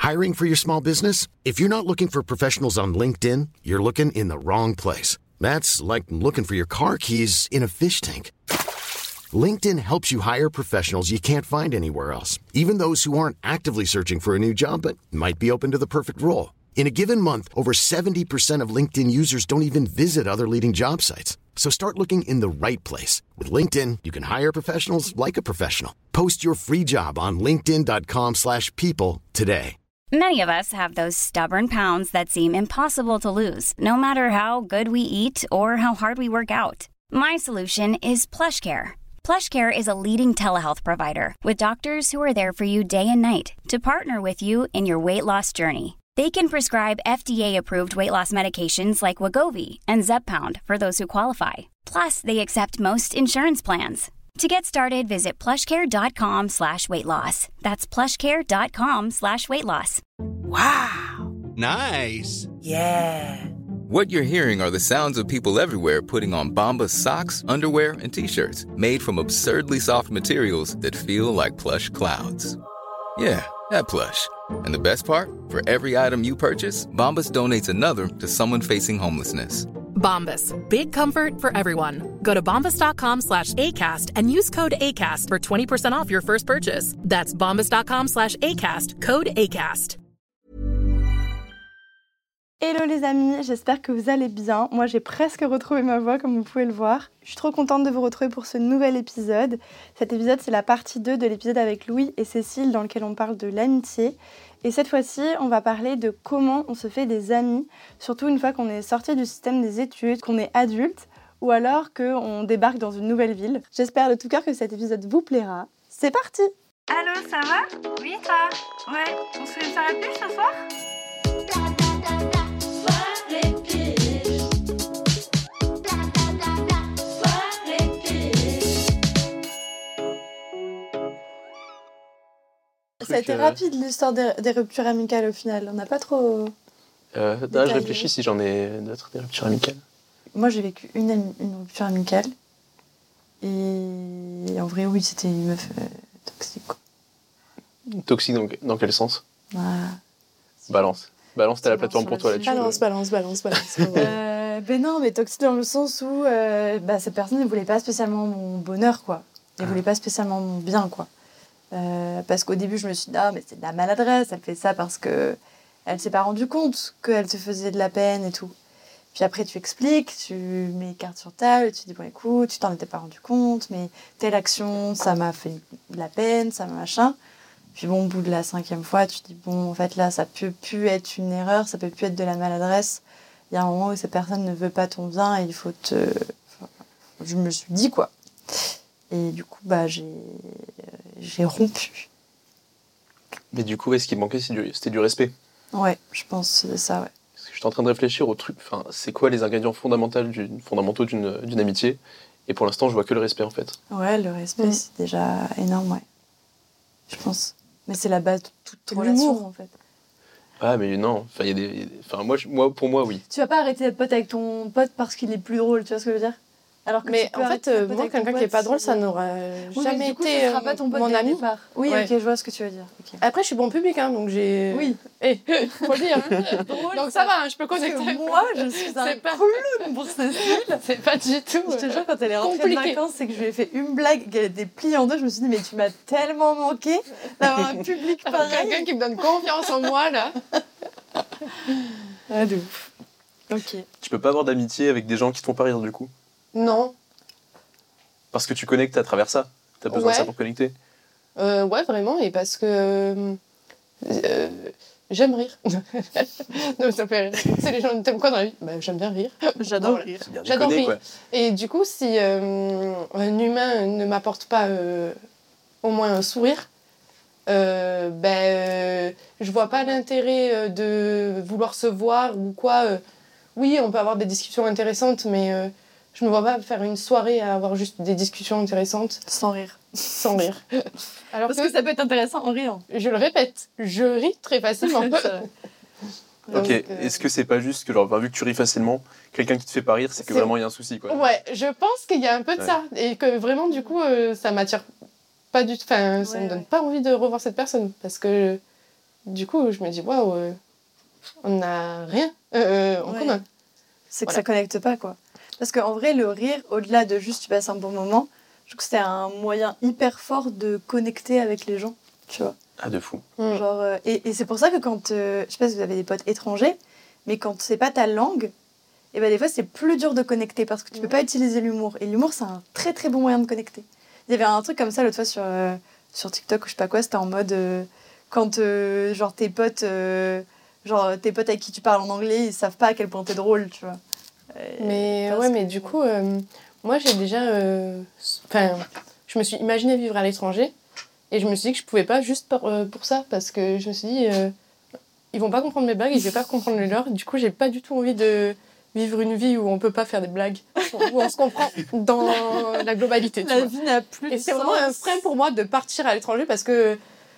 Hiring for your small business? If you're not looking for professionals on LinkedIn, you're looking in the wrong place. That's like looking for your car keys in a fish tank. LinkedIn helps you hire professionals you can't find anywhere else, even those who aren't actively searching for a new job but might be open to the perfect role. In a given month, over 70% of LinkedIn users don't even visit other leading job sites. So start looking in the right place. With LinkedIn, you can hire professionals like a professional. Post your free job on linkedin.com/people today. Many of us have those stubborn pounds that seem impossible to lose, no matter how good we eat or how hard we work out. My solution is PlushCare. PlushCare is a leading telehealth provider with doctors who are there for you day and night to partner with you in your weight loss journey. They can prescribe FDA-approved weight loss medications like Wegovy and Zepbound for those who qualify. Plus, they accept most insurance plans. To get started, visit plushcare.com/weightloss. That's plushcare.com/weightloss. Wow. Nice. Yeah. What you're hearing are the sounds of people everywhere putting on Bombas socks, underwear, and T-shirts made from absurdly soft materials that feel like plush clouds. Yeah, that plush. And the best part? For every item you purchase, Bombas donates another to someone facing homelessness. Bombas. Big comfort for everyone. Go to bombas.com/ACAST and use code ACAST for 20% off your first purchase. That's bombas.com/ACAST. Code ACAST. Hello les amis, j'espère que vous allez bien. Moi j'ai presque retrouvé ma voix comme vous pouvez le voir. Je suis trop contente de vous retrouver pour ce nouvel épisode. Cet épisode c'est la partie 2 de l'épisode avec Louis et Cécile dans lequel on parle de l'amitié. Et cette fois-ci on va parler de comment on se fait des amis, surtout une fois qu'on est sorti du système des études, qu'on est adulte ou alors qu'on débarque dans une nouvelle ville. J'espère de tout cœur que cet épisode vous plaira. C'est parti! Allô, ça va? Oui, toi? Ouais, on se fait une soirée à plus ce soir? Ça a été rapide l'histoire des ruptures amicales au final, on n'a pas trop... je réfléchis si j'en ai d'autres des ruptures amicales. Moi j'ai vécu une rupture amicale et en vrai oui c'était une meuf toxique quoi. Toxique dans quel sens? Balance t'as la plateforme pour toi là-dessus. Balance. Ben non mais toxique dans le sens où cette personne ne voulait pas spécialement mon bonheur quoi. Elle voulait pas spécialement mon bien quoi. Parce qu'au début je me suis dit mais c'est de la maladresse, elle fait ça parce que elle s'est pas rendue compte qu'elle te faisait de la peine et tout. Puis après tu expliques, tu mets carte sur table, tu dis bon écoute, tu t'en étais pas rendu compte, mais telle action ça m'a fait de la peine, ça m'a machin. Puis bon au bout de la 5e fois tu dis bon en fait là ça peut plus être une erreur, ça peut plus être de la maladresse. Il y a un moment où cette personne ne veut pas ton bien et il faut je me suis dit quoi. Et du coup j'ai rompu. Mais du coup, ce qui manquait, c'était du respect. Ouais, je pense que c'est ça, ouais. Parce que j'étais en train de réfléchir au truc, c'est quoi les ingrédients fondamentaux d'une amitié, et pour l'instant, je vois que le respect, en fait. Ouais, le respect, c'est déjà énorme, ouais. Je pense. Mais c'est la base de toute relation, en fait. Ah, mais non, il y a des... pour moi, oui. Tu vas pas arrêter d'être pote avec ton pote parce qu'il est plus drôle, tu vois ce que je veux dire? Alors que mais en fait, moi, quelqu'un qui est pas drôle, ça n'aura jamais été pas ton pote mon ami. Oui, ouais. Ok, je vois ce que tu veux dire. Okay. Après, je suis bon public, donc j'ai... Oui. Faut le dire. Drôle, donc ça va, je peux connecter. Moi, je suis un clown pour Cécile. C'est pas du tout... Je te jure, quand elle est rentrée de vacances, c'est que je lui ai fait une blague qui était pliée en deux. Je me suis dit, mais tu m'as tellement manqué d'avoir un public pareil. Quelqu'un qui me donne confiance en moi, là. Ah, de ouf. Ok. Tu peux pas avoir d'amitié avec des gens qui te font pas rire, du coup? Non. Parce que tu connectes à travers ça. T'as besoin de ça pour connecter. Ouais, vraiment, et parce que j'aime rire. Non, ça fait rire. C'est les gens, t'aimes quoi dans la vie? J'aime bien rire. J'adore rire. J'adore rire. Quoi. Et du coup, si un humain ne m'apporte pas au moins un sourire, je vois pas l'intérêt de vouloir se voir ou quoi. Oui, on peut avoir des discussions intéressantes, mais... je me vois pas faire une soirée à avoir juste des discussions intéressantes. Sans rire. Alors parce que ça peut être intéressant en riant. Je le répète, je ris très facilement. Ok, est-ce que c'est pas juste que, vu que tu ris facilement, quelqu'un qui te fait pas rire, c'est que vraiment il y a un souci, quoi. Ouais, je pense qu'il y a un peu de ça. Et que vraiment, du coup, ça m'attire pas du tout. Enfin, ça me donne pas envie de revoir cette personne. Parce que du coup, je me dis, waouh, on n'a rien en Ouais. commun. C'est que Voilà. ça connecte pas, quoi. Parce qu'en vrai, le rire, au-delà de juste tu passes un bon moment, je trouve que c'est un moyen hyper fort de connecter avec les gens, tu vois. Ah, de fou. Genre, et c'est pour ça que quand, je sais pas si vous avez des potes étrangers, mais quand c'est pas ta langue, et ben des fois c'est plus dur de connecter parce que tu peux pas utiliser l'humour. Et l'humour, c'est un très très bon moyen de connecter. Il y avait un truc comme ça l'autre fois sur TikTok ou je sais pas quoi, c'était en mode quand genre tes potes avec qui tu parles en anglais, ils savent pas à quel point t'es drôle, tu vois. Mais parce ouais, que- mais du coup, moi j'ai déjà. Je me suis imaginé vivre à l'étranger et je me suis dit que je pouvais pas juste pour ça parce que je me suis dit, ils vont pas comprendre mes blagues et je vais pas comprendre les leurs. Du coup, j'ai pas du tout envie de vivre une vie où on peut pas faire des blagues, où on se comprend dans la globalité. Tu La vois. vie n'a plus Et de c'est sens. vraiment un frein pour moi de partir à l'étranger parce que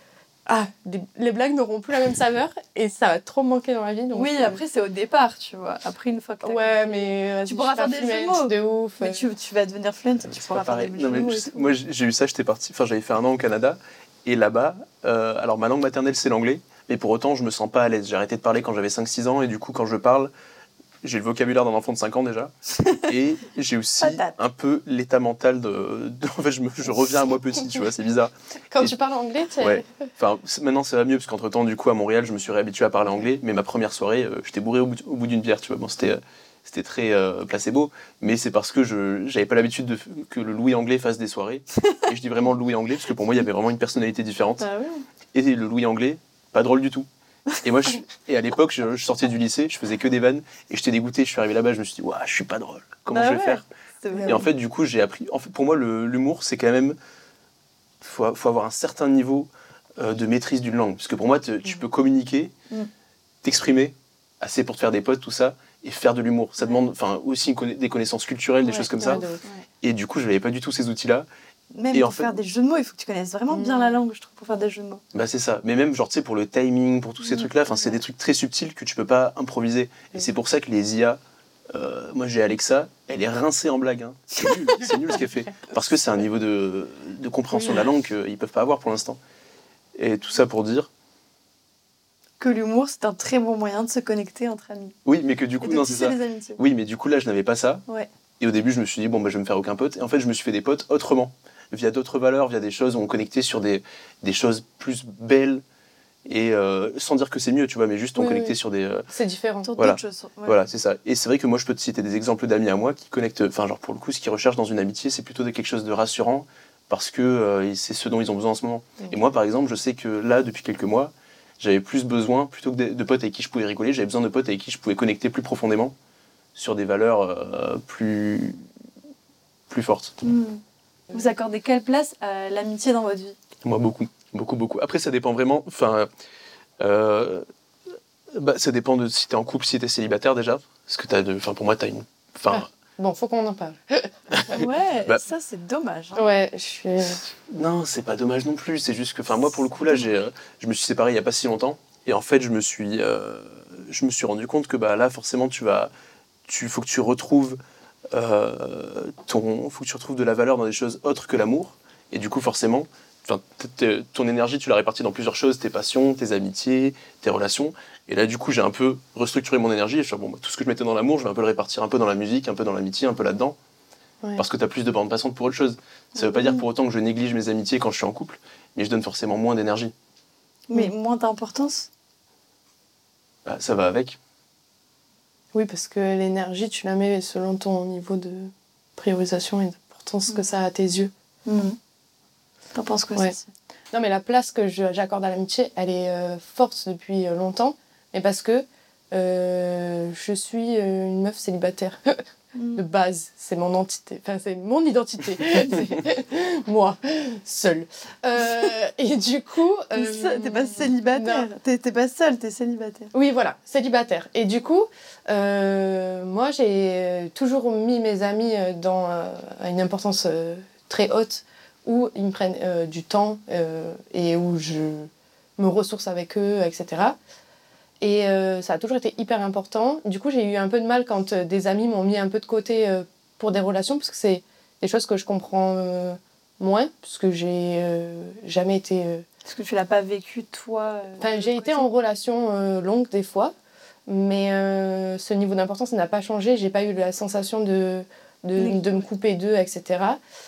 les blagues n'auront plus la même saveur et ça va trop me manquer dans la vie. Donc, Oui, après c'est au départ, tu vois. Après une fois que t'as Ouais, compris. mais Tu pourras faire des jeux de fluente mots. de ouf. Mais tu vas devenir fluent, tu C'est pourras pas faire des pareil. jeux Non, de mais mots je et sais- tout. moi, j'ai eu ça, j'avais fait 1 an au Canada. Et là-bas, alors ma langue maternelle, c'est l'anglais. Mais pour autant, je me sens pas à l'aise. J'ai arrêté de parler quand j'avais 5-6 ans. Et du coup, quand je parle, j'ai le vocabulaire d'un enfant de 5 ans déjà. Et j'ai aussi Patate. un peu l'état mental en fait, je reviens à moi petit, tu vois, c'est bizarre. Quand Et- tu parles anglais, tu Ouais. Enfin, maintenant, ça va mieux, parce qu'entre-temps, du coup, à Montréal, je me suis réhabitué à parler anglais. Mais ma première soirée, j'étais bourré au bout d'une bière, tu vois. Bon, c'était très placebo. Mais c'est parce que j'avais pas l'habitude que le Louis anglais fasse des soirées. Et je dis vraiment le Louis anglais, parce que pour moi, il y avait vraiment une personnalité différente. Ah oui. Et le Louis anglais, pas drôle du tout. Et moi, et à l'époque, je sortais du lycée, je faisais que des vannes, et j'étais dégoûté. Je suis arrivé là-bas, je me suis dit, ouah, je suis pas drôle. Comment Bah je vais ouais. faire? C'est vrai. Et en fait, du coup, j'ai appris. En fait, pour moi, l'humour, c'est quand même. Faut avoir un certain niveau de maîtrise d'une langue. Parce que pour moi, tu peux communiquer, t'exprimer, assez pour te faire des potes, tout ça, et faire de l'humour. Ça demande aussi des connaissances culturelles, des choses comme ça. Et du coup, je n'avais pas du tout ces outils-là. Même Et pour en fait- faire des jeux de mots, il faut que tu connaisses vraiment bien la langue, je trouve, pour faire des jeux de mots. Bah c'est ça. Mais même genre tu sais pour le timing, pour tous ces trucs-là, c'est des trucs très subtils que tu peux pas improviser. Et c'est pour ça que les IA, moi j'ai Alexa, elle est rincée en blague. Hein. C'est nul ce qu'elle fait. Parce que c'est un niveau de compréhension de la langue qu'ils peuvent pas avoir pour l'instant. Et tout ça pour dire, Que l'humour, c'est un très bon moyen de se connecter entre amis. oui, mais que du coup Et de non c'est tisser ça. des amitiés. Oui, mais du coup là je n'avais pas ça. Ouais. Et au début je me suis dit bon bah je vais me faire aucun pote. Et en fait je me suis fait des potes autrement, via d'autres valeurs, via des choses où on connectait sur des choses plus belles. Et sans dire que c'est mieux, tu vois, mais juste on Oui, connectait oui. sur des. C'est différent. Sur Voilà. d'autres choses. Ouais. Voilà, c'est ça. Et c'est vrai que moi, je peux te citer des exemples d'amis à moi qui connectent. Enfin, genre, pour le coup, ce qu'ils recherchent dans une amitié, c'est plutôt quelque chose de rassurant parce que c'est ce dont ils ont besoin en ce moment. Et moi, par exemple, je sais que là, depuis quelques mois, j'avais plus besoin, plutôt que de potes avec qui je pouvais rigoler, j'avais besoin de potes avec qui je pouvais connecter plus profondément sur des valeurs plus fortes. Vous accordez quelle place à l'amitié dans votre vie? Moi, beaucoup. Beaucoup, beaucoup. Après, ça dépend vraiment. Enfin. Ça dépend de si t'es en couple, si t'es célibataire déjà. Parce que pour moi, t'as une. Enfin. Bon, faut qu'on en parle. Ouais, Bah- ça c'est dommage. Hein. Ouais, je suis. Non, c'est pas dommage non plus. C'est juste que, moi, pour le coup, là, je me suis séparé il y a pas si longtemps. Et en fait, je me suis rendu compte que, là, forcément, faut que tu retrouves faut que tu retrouves de la valeur dans des choses autres que l'amour. Et du coup, forcément, ton énergie, tu la répartis dans plusieurs choses, tes passions, tes amitiés, tes relations. Et là, du coup, j'ai un peu restructuré mon énergie. Et je suis dit, tout ce que je mettais dans l'amour, je vais un peu le répartir un peu dans la musique, un peu dans l'amitié, un peu là-dedans. Ouais. Parce que tu as plus de bande passante pour autre chose. Ça veut pas dire pour autant que je néglige mes amitiés quand je suis en couple, mais je donne forcément moins d'énergie. Mais moins d'importance. Ça va avec. Oui, parce que l'énergie, tu la mets selon ton niveau de priorisation et d'importance que ça a à tes yeux. T'en penses quoi, Ouais. ça? Non, mais la place que j'accorde à l'amitié, elle est forte depuis longtemps. Mais parce que je suis une meuf célibataire. De base, c'est mon entité. Enfin, c'est mon identité. C'est moi, seule. Et du coup... T'es pas célibataire. T'es pas seule, t'es célibataire. Oui, voilà, célibataire. Et du coup, moi, j'ai toujours mis mes amis à une importance très haute, où ils me prennent du temps et où je me ressource avec eux, etc. Et ça a toujours été hyper important. Du coup, j'ai eu un peu de mal quand des amis m'ont mis un peu de côté pour des relations, parce que c'est des choses que je comprends moins, parce que j'ai jamais été Parce que tu l'as pas vécu, toi Enfin, j'ai été en relation longue des fois, mais ce niveau d'importance n'a pas changé. J'ai pas eu la sensation de me couper d'eux, etc.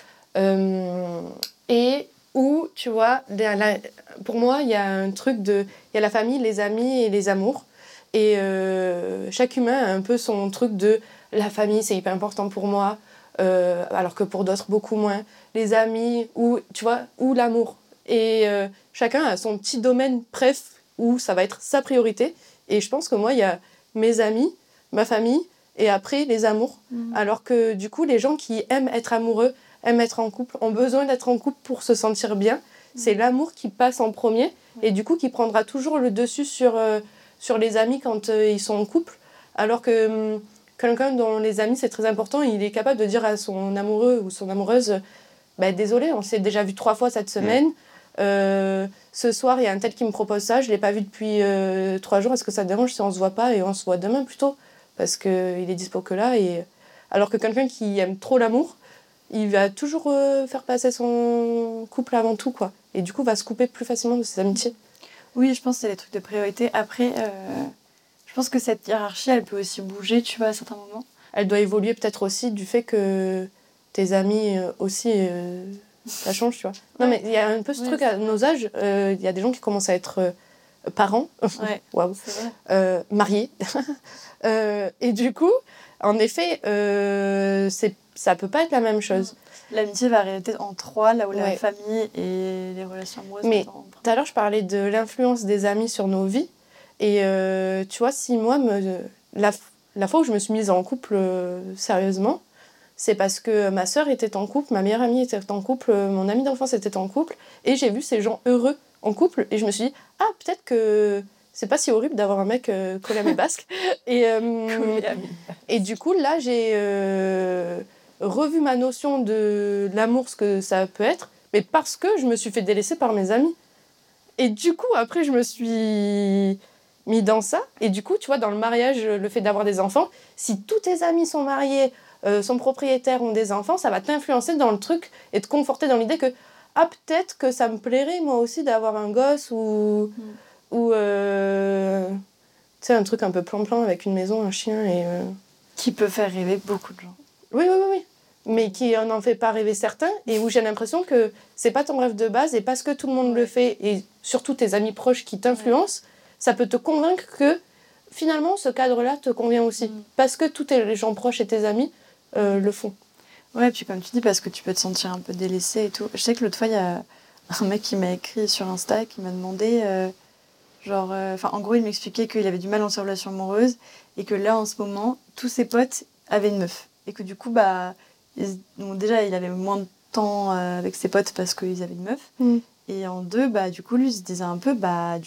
Et où, tu vois, pour moi, il y a un truc il y a la famille, les amis et les amours. Et chaque humain a un peu son truc de la famille, c'est hyper important pour moi, alors que pour d'autres, beaucoup moins. Les amis, ou l'amour. Et chacun a son petit domaine préf où ça va être sa priorité. Et je pense que moi, il y a mes amis, ma famille, et après les amours. Alors que du coup, les gens qui aiment être amoureux, aiment être en couple, ont besoin d'être en couple pour se sentir bien. C'est l'amour qui passe en premier et du coup qui prendra toujours le dessus sur les amis quand ils sont en couple. Alors que quelqu'un dont les amis c'est très important, il est capable de dire à son amoureux ou son amoureuse désolé, on s'est déjà vu 3 fois cette semaine. Ce soir, il y a un tel qui me propose ça, je ne l'ai pas vu depuis 3 jours. Est-ce que ça te dérange si on se voit pas et on se voit demain plutôt ? Parce qu'il est dispo que là. Alors que quelqu'un qui aime trop l'amour, il va toujours faire passer son couple avant tout, quoi. Et du coup, va se couper plus facilement de ses amitiés. Oui, je pense que c'est des trucs de priorité. Après, je pense que cette hiérarchie, elle peut aussi bouger, tu vois, à certains moments. Elle doit évoluer peut-être aussi du fait que tes amis aussi, ça change, tu vois. Non, mais il y a un peu ce truc à nos âges. Il y a des gens qui commencent à être parents, Waouh, c'est vrai. mariés. Et du coup, en effet, ça peut pas être la même chose. L'amitié va arrêter en 3, là où la famille et les relations amoureuses... Mais tout à l'heure, je parlais de l'influence des amis sur nos vies. Et tu vois, si moi, la fois où je me suis mise en couple sérieusement, c'est parce que ma sœur était en couple, ma meilleure amie était en couple, mon ami d'enfance était en couple, et j'ai vu ces gens heureux en couple, et je me suis dit, peut-être que c'est pas si horrible d'avoir un mec collé à mes basques. Et du coup, là, j'ai revu ma notion de l'amour, ce que ça peut être, mais parce que je me suis fait délaisser par mes amis. Et du coup, après, je me suis mis dans ça. Et du coup, tu vois, dans le mariage, le fait d'avoir des enfants, si tous tes amis sont mariés, sont propriétaires, ont des enfants, ça va t'influencer dans le truc et te conforter dans l'idée que peut-être que ça me plairait, moi aussi, d'avoir un gosse ou tu sais, un truc un peu plan-plan avec une maison, un chien et... Qui peut faire rêver beaucoup de gens. Oui. Mais qui n'en fait pas rêver certains et où j'ai l'impression que c'est pas ton rêve de base et parce que tout le monde le fait et surtout tes amis proches qui t'influencent, ça peut te convaincre que finalement ce cadre-là te convient aussi. Parce que tous les gens proches et tes amis le font. Ouais, puis comme tu dis, parce que tu peux te sentir un peu délaissé et tout. Je sais que l'autre fois, il y a un mec qui m'a écrit sur Insta qui m'a demandé... en gros, il m'expliquait qu'il avait du mal dans ses relations amoureuses et que là, en ce moment, tous ses potes avaient une meuf. Et que du coup, déjà, il avait moins de temps avec ses potes parce qu'ils avaient une meuf. Et en 2, du coup, lui, il se disait un peu,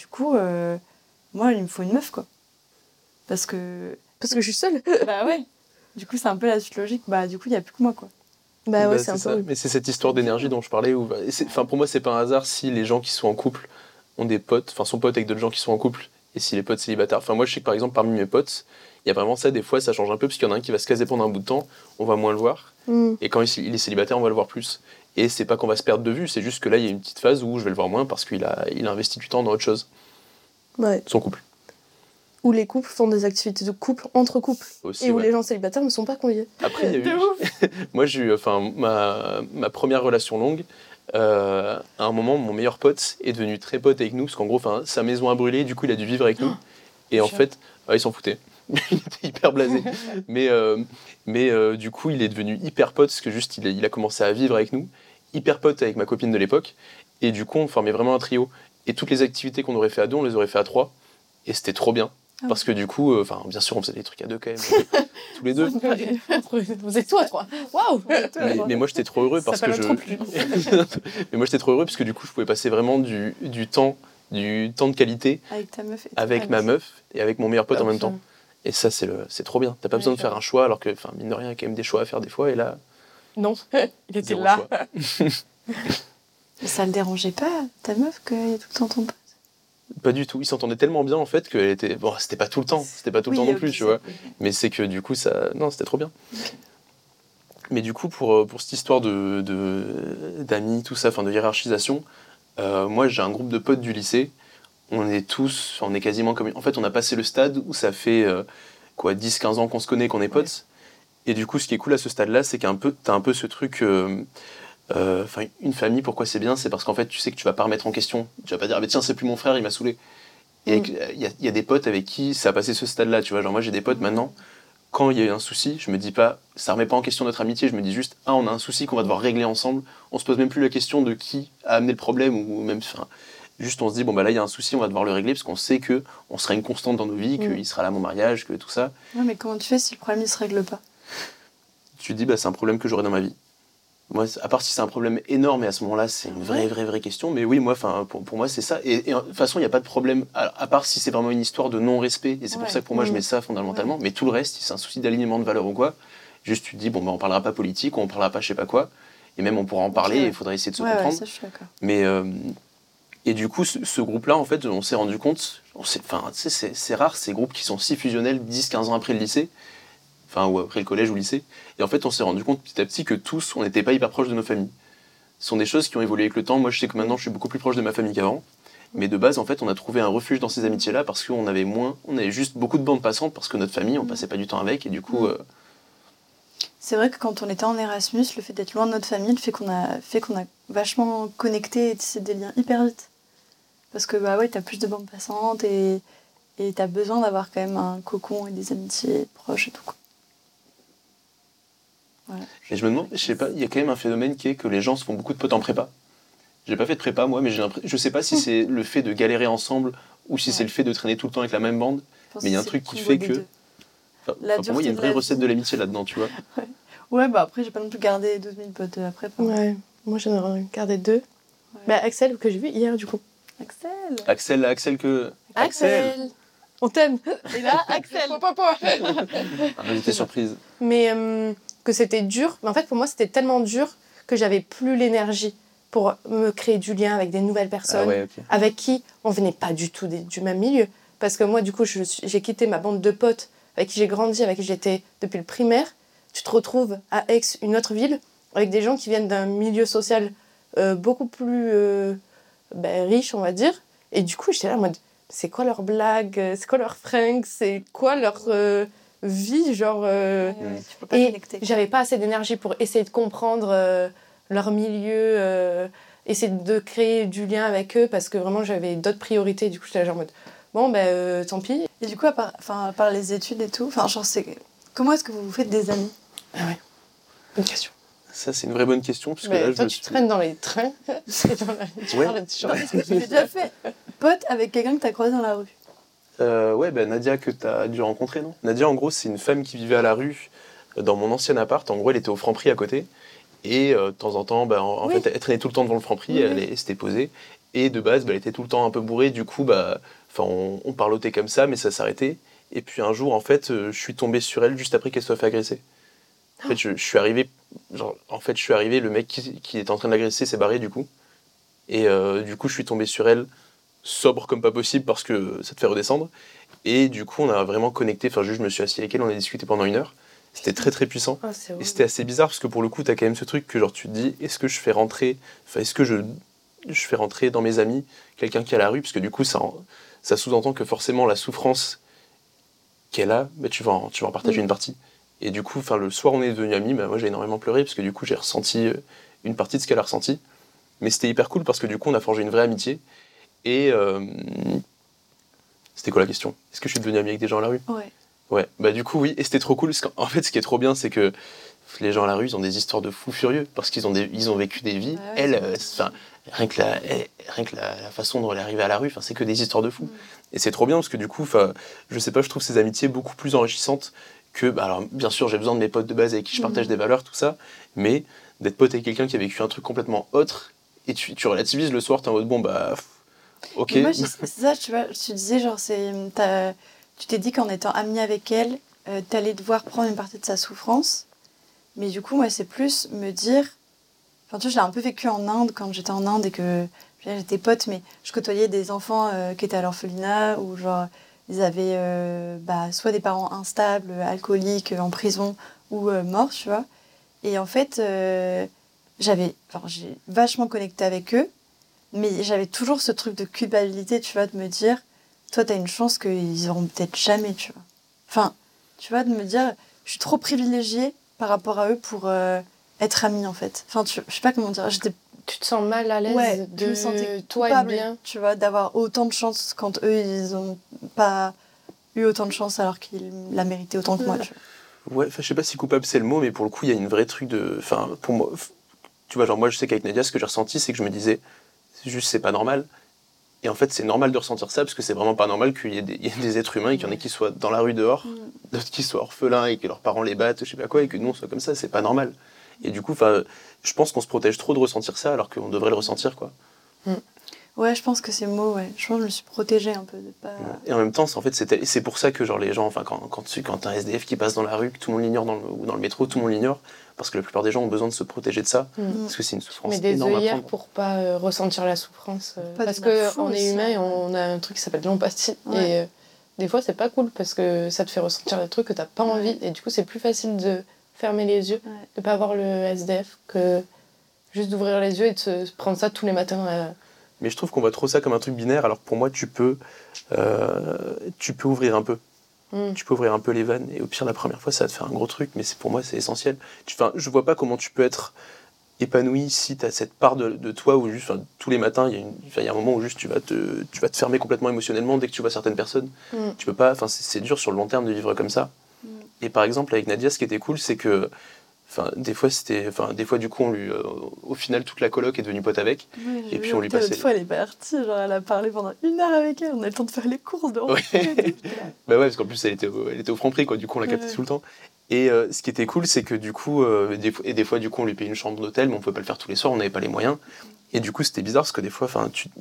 moi, il me faut une meuf, quoi. Parce que je suis seule. Ouais. Du coup, c'est un peu la suite logique. Du coup, il n'y a plus que moi, quoi. C'est un peu... Mais c'est cette histoire d'énergie dont je parlais. Pour moi, c'est pas un hasard si les gens qui sont en couple ont des potes, sont potes avec d'autres gens qui sont en couple, et si les potes célibataires. Moi, je sais que par exemple, parmi mes potes, il y a vraiment ça, des fois, ça change un peu, parce qu'il y en a un qui va se caser pendant un bout de temps, on va moins le voir, et quand il est célibataire, on va le voir plus. Et c'est pas qu'on va se perdre de vue, c'est juste que là, il y a une petite phase où je vais le voir moins, parce qu'il a investi du temps dans autre chose. Son couple. Où les couples font des activités de couple entre couples. Aussi, et où les gens célibataires ne sont pas conviés. Après, il y a eu... Moi, j'ai eu ma première relation longue. À un moment, mon meilleur pote est devenu très pote avec nous, parce qu'en gros, sa maison a brûlé, du coup, il a dû vivre avec nous. Et en fait, il s'en foutait. Il était hyper blasé. Mais du coup, il est devenu hyper pote, parce que juste, il a commencé à vivre avec nous. Hyper pote avec ma copine de l'époque. Et du coup, on formait vraiment un trio. Et toutes les activités qu'on aurait fait à 2, on les aurait fait à 3. Et c'était trop bien. Parce que du coup, bien sûr, on faisait des trucs à 2 quand même, tous les 2. Vous êtes toi, 3. Waouh. Mais moi, j'étais trop heureux parce que Mais moi, j'étais trop heureux parce que du coup, je pouvais passer vraiment du temps de qualité avec ta meuf, avec ma meuf et avec mon meilleur pote en même temps. Et ça, c'est trop bien. T'as pas besoin de faire un choix, alors que, mine de rien, il y a quand même des choix à faire des fois. Et là, non, il était là. Mais ça le dérangeait pas, ta meuf, qu'il y ait tout le temps ton pote? Pas du tout. Ils s'entendaient tellement bien en fait qu'elle était. Bon, c'était pas tout le temps. C'était pas tout le temps non plus, tu vois. Mais c'est que du coup, ça. Non, c'était trop bien. Okay. Mais du coup, pour cette histoire d'amis, tout ça, de hiérarchisation, Moi, j'ai un groupe de potes du lycée. On est quasiment comme... En fait, on a passé le stade où ça fait 10-15 ans qu'on se connaît, qu'on est potes. Et du coup, ce qui est cool à ce stade-là, c'est t'as un peu ce truc... une famille, pourquoi c'est bien ? C'est parce qu'en fait, tu sais que tu vas pas remettre en question. Tu vas pas dire, ah, tiens, c'est plus mon frère, il m'a saoulé. Et il y a des potes avec qui ça a passé ce stade-là, tu vois. Genre, moi, j'ai des potes maintenant, quand il y a eu un souci, je me dis pas, ça remet pas en question notre amitié, je me dis juste, on a un souci qu'on va devoir régler ensemble. On se pose même plus la question de qui a amené le problème, ou même, juste on se dit, là, il y a un souci, on va devoir le régler, parce qu'on sait qu'on sera une constante dans nos vies, qu'il sera là à mon mariage, que tout ça. Ouais, mais comment tu fais si le problème, il se règle pas ? Tu te dis, c'est un problème que j'aurai dans ma vie. Moi, à part si c'est un problème énorme, et à ce moment-là, c'est une vraie question. Mais oui, moi, pour moi, c'est ça. Et de toute façon, il n'y a pas de problème, à part si c'est vraiment une histoire de non-respect. Et c'est pour ça que pour moi, je mets ça fondamentalement. Mais tout le reste, si c'est un souci d'alignement de valeurs ou quoi, juste tu te dis, on parlera pas politique, ou on parlera pas je sais pas quoi. Et même, on pourra en parler, il faudra essayer de se comprendre. Ouais, ça, je suis d'accord. Mais, et du coup, ce groupe-là, en fait, on s'est rendu compte, c'est rare, ces groupes qui sont si fusionnels 10-15 ans après le lycée. Ou après le collège ou le lycée. Et en fait, on s'est rendu compte petit à petit que tous, on n'était pas hyper proches de nos familles. Ce sont des choses qui ont évolué avec le temps. Moi, je sais que maintenant, je suis beaucoup plus proche de ma famille qu'avant. Mais de base, en fait, on a trouvé un refuge dans ces amitiés-là parce qu'on avait juste beaucoup de bandes passantes parce que notre famille, on passait pas du temps avec. Et du coup... C'est vrai que quand on était en Erasmus, le fait d'être loin de notre famille, le fait qu'on a vachement connecté et tissé des liens hyper vite. Parce que, t'as plus de bandes passantes et t'as besoin d'avoir quand même un cocon et des amitiés proches et tout, quoi. Voilà. Et je me demande, je sais pas, il y a quand même un phénomène qui est que les gens se font beaucoup de potes en prépa. J'ai pas fait de prépa moi, mais je sais pas si c'est le fait de galérer ensemble ou si c'est le fait de traîner tout le temps avec la même bande. Mais il y a un truc qui fait que... pour moi, il y a une vraie recette de l'amitié là-dedans, tu vois. Ouais, après, j'ai pas non plus gardé 12 000 potes après. Ouais, moi j'en ai gardé 2. Ouais. Axel, que j'ai vu hier, du coup. Axel que... Axel On t'aime. Et là, Axel Un invité surprise. Mais que c'était dur. Mais en fait, pour moi, c'était tellement dur que j'avais plus l'énergie pour me créer du lien avec des nouvelles personnes avec qui on venait pas du tout du même milieu. Parce que moi, du coup, j'ai quitté ma bande de potes avec qui j'ai grandi, avec qui j'étais depuis le primaire. Tu te retrouves à Aix, une autre ville, avec des gens qui viennent d'un milieu social beaucoup plus riche, on va dire. Et du coup, j'étais là en mode, c'est quoi leurs blagues, c'est quoi leurs fringues, c'est quoi leur vie, genre... tu peux pas et connecter. J'avais pas assez d'énergie pour essayer de comprendre leur milieu, essayer de créer du lien avec eux, parce que vraiment, j'avais d'autres priorités. Du coup, j'étais là genre en mode, tant pis. Et du coup, à part les études et tout, comment est-ce que vous vous faites des amis ? Ah ouais, bonne question. Ça, c'est une vraie bonne question. Parce que là, toi, tu traînes dans les trains. J'ai déjà fait pote avec quelqu'un que t'as croisé dans la rue. Nadia, que t'as dû rencontrer, non ? Nadia, en gros, c'est une femme qui vivait à la rue, dans mon ancien appart. En gros, elle était au Franprix à côté. Et de temps en temps, en fait, elle traînait tout le temps devant le Franprix. Elle s'était posée. Et de base, elle était tout le temps un peu bourrée. Du coup, on parlotait comme ça, mais ça s'arrêtait. Et puis un jour, en fait, je suis tombé sur elle juste après qu'elle soit fait agresser. En fait, je suis arrivé, le mec qui était en train de l'agresser s'est barré du coup. Et du coup, je suis tombé sur elle, sobre comme pas possible parce que ça te fait redescendre. Et du coup, on a vraiment connecté. Enfin, je me suis assis avec elle, on a discuté pendant 1 heure. C'était très très puissant. Et c'était assez bizarre parce que pour le coup, t'as quand même ce truc que genre tu te dis, est-ce que je fais rentrer dans mes amis quelqu'un qui est à la rue, parce que du coup, ça sous-entend que forcément la souffrance qu'elle a, tu vas en partager une partie. Et du coup, le soir, on est devenus amis. Moi, j'ai énormément pleuré parce que du coup, j'ai ressenti une partie de ce qu'elle a ressenti. Mais c'était hyper cool parce que du coup, on a forgé une vraie amitié. Et c'était quoi la question ? Est-ce que je suis devenu ami avec des gens à la rue ? Ouais. Du coup, oui. Et c'était trop cool. Parce qu'en fait, ce qui est trop bien, c'est que les gens à la rue, ils ont des histoires de fous furieux parce qu'ils ont vécu des vies. Rien que la façon dont elle est arrivée à la rue, c'est que des histoires de fous. Et c'est trop bien parce que du coup, je sais pas, je trouve ces amitiés beaucoup plus enrichissantes que, alors bien sûr, j'ai besoin de mes potes de base avec qui je partage des valeurs, tout ça, mais d'être pote avec quelqu'un qui a vécu un truc complètement autre, et tu relativises le soir, t'es en mode, ok. Mais moi, c'est ça, tu vois, je te disais, tu t'es dit qu'en étant amie avec elle, t'allais devoir prendre une partie de sa souffrance, mais du coup, moi, c'est plus me dire, tu vois, je l'ai un peu vécu en Inde, quand j'étais en Inde et que j'étais pote, mais je côtoyais des enfants qui étaient à l'orphelinat, ou genre, ils avaient soit des parents instables, alcooliques, en prison, ou morts, tu vois. Et en fait, j'ai vachement connecté avec eux, Mais j'avais toujours ce truc de culpabilité, tu vois, de me dire, toi, t'as une chance qu'ils auront peut-être jamais, tu vois. Enfin, tu vois, de me dire, je suis trop privilégiée par rapport à eux pour être amie, en fait. Enfin, je sais pas comment dire, tu te sens mal à l'aise je me sentais toi coupable, être bien. Tu vois, d'avoir autant de chance quand eux, ils ont pas eu autant de chance alors qu'ils la méritaient autant que moi, tu vois. Ouais, je sais pas si coupable c'est le mot, mais pour le coup, il y a une vraie truc de... Enfin, pour moi, tu vois, genre moi, je sais qu'avec Nadia, ce que j'ai ressenti, c'est que je me disais, juste, c'est pas normal. Et en fait, c'est normal de ressentir ça, parce que c'est vraiment pas normal qu'il y ait des êtres humains et qu'il y en ait qui soient dans la rue dehors, d'autres qui soient orphelins et que leurs parents les battent, je sais pas quoi, et que nous, on soit comme ça, c'est pas normal. Et du coup, je pense qu'on se protège trop de ressentir ça, alors qu'on devrait le ressentir, quoi. Ouais, je pense que c'est le mot, ouais. Je pense que je me suis protégée un peu de pas... Et en même temps, c'est pour ça que genre, les gens, quand t'as un SDF qui passe dans la rue, que tout le monde l'ignore ou dans le métro, tout le monde l'ignore, parce que la plupart des gens ont besoin de se protéger de ça, parce que c'est une souffrance énorme à prendre. Mais des œillères pour pas ressentir la souffrance. Parce qu'on est humain et on a un truc qui s'appelle l'empathie. Ouais. Et des fois, c'est pas cool, parce que ça te fait ressentir des trucs que t'as pas envie, et du coup, c'est plus facile de fermer les yeux, de pas voir le SDF, que juste d'ouvrir les yeux et de se prendre ça tous les matins. Mais je trouve qu'on voit trop ça comme un truc binaire, alors que pour moi, tu peux ouvrir un peu. Tu peux ouvrir un peu les vannes, et au pire, la première fois, ça va te faire un gros truc, mais pour moi, c'est essentiel. Je vois pas comment tu peux être épanoui si tu as cette part de toi où juste, tous les matins, il y a un moment où juste tu vas te fermer complètement émotionnellement dès que tu vois certaines personnes. Tu peux pas, c'est dur sur le long terme de vivre comme ça. Et par exemple, avec Nadia, ce qui était cool, c'est que des fois, du coup, au final, toute la coloc est devenue pote avec. Ouais, et puis on lui passait. L'autre fois, elle est partie, genre, elle a parlé pendant 1 heure avec elle. On a le temps de faire les courses, de rentrer. Bah ouais, parce qu'en plus, elle était au Franprix, quoi. Du coup, on l'a capté tout le temps. Et ce qui était cool, c'est que du coup, des fois, du coup, on lui payait une chambre d'hôtel, mais on pouvait pas le faire tous les soirs, on n'avait pas les moyens. Et du coup, c'était bizarre parce que des fois,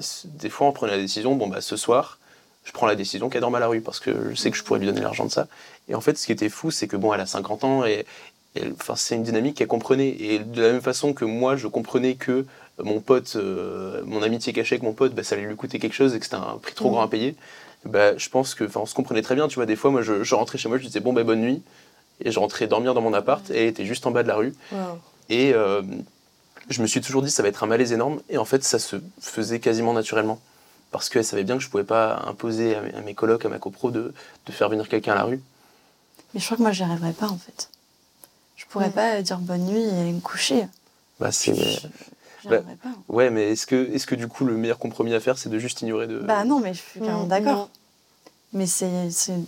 on prenait la décision, ce soir, je prends la décision qu'elle dorme à la rue parce que je sais que je pourrais lui donner l'argent de ça. Et en fait, ce qui était fou, c'est que elle a 50 ans et c'est une dynamique qu'elle comprenait. Et de la même façon que moi, je comprenais que mon pote, mon amitié cachée avec mon pote, ça allait lui coûter quelque chose et que c'était un prix trop grand à payer. Je pense que, on se comprenait très bien. Tu vois, des fois, moi, je rentrais chez moi, je disais bonne nuit, et je rentrais dormir dans mon appart. Et elle était juste en bas de la rue. Wow. Et je me suis toujours dit, ça va être un malaise énorme. Et en fait, ça se faisait quasiment naturellement. Parce qu'elle savait bien que je pouvais pas imposer à mes colocs, à ma copro, de faire venir quelqu'un à la rue. Mais je crois que moi, j'y arriverais pas, en fait. Je pourrais pas dire bonne nuit et aller me coucher. J'y arriverais pas. Ouais, mais est-ce que du coup, le meilleur compromis à faire, c'est de juste ignorer de... non, mais je suis carrément d'accord. Mais c'est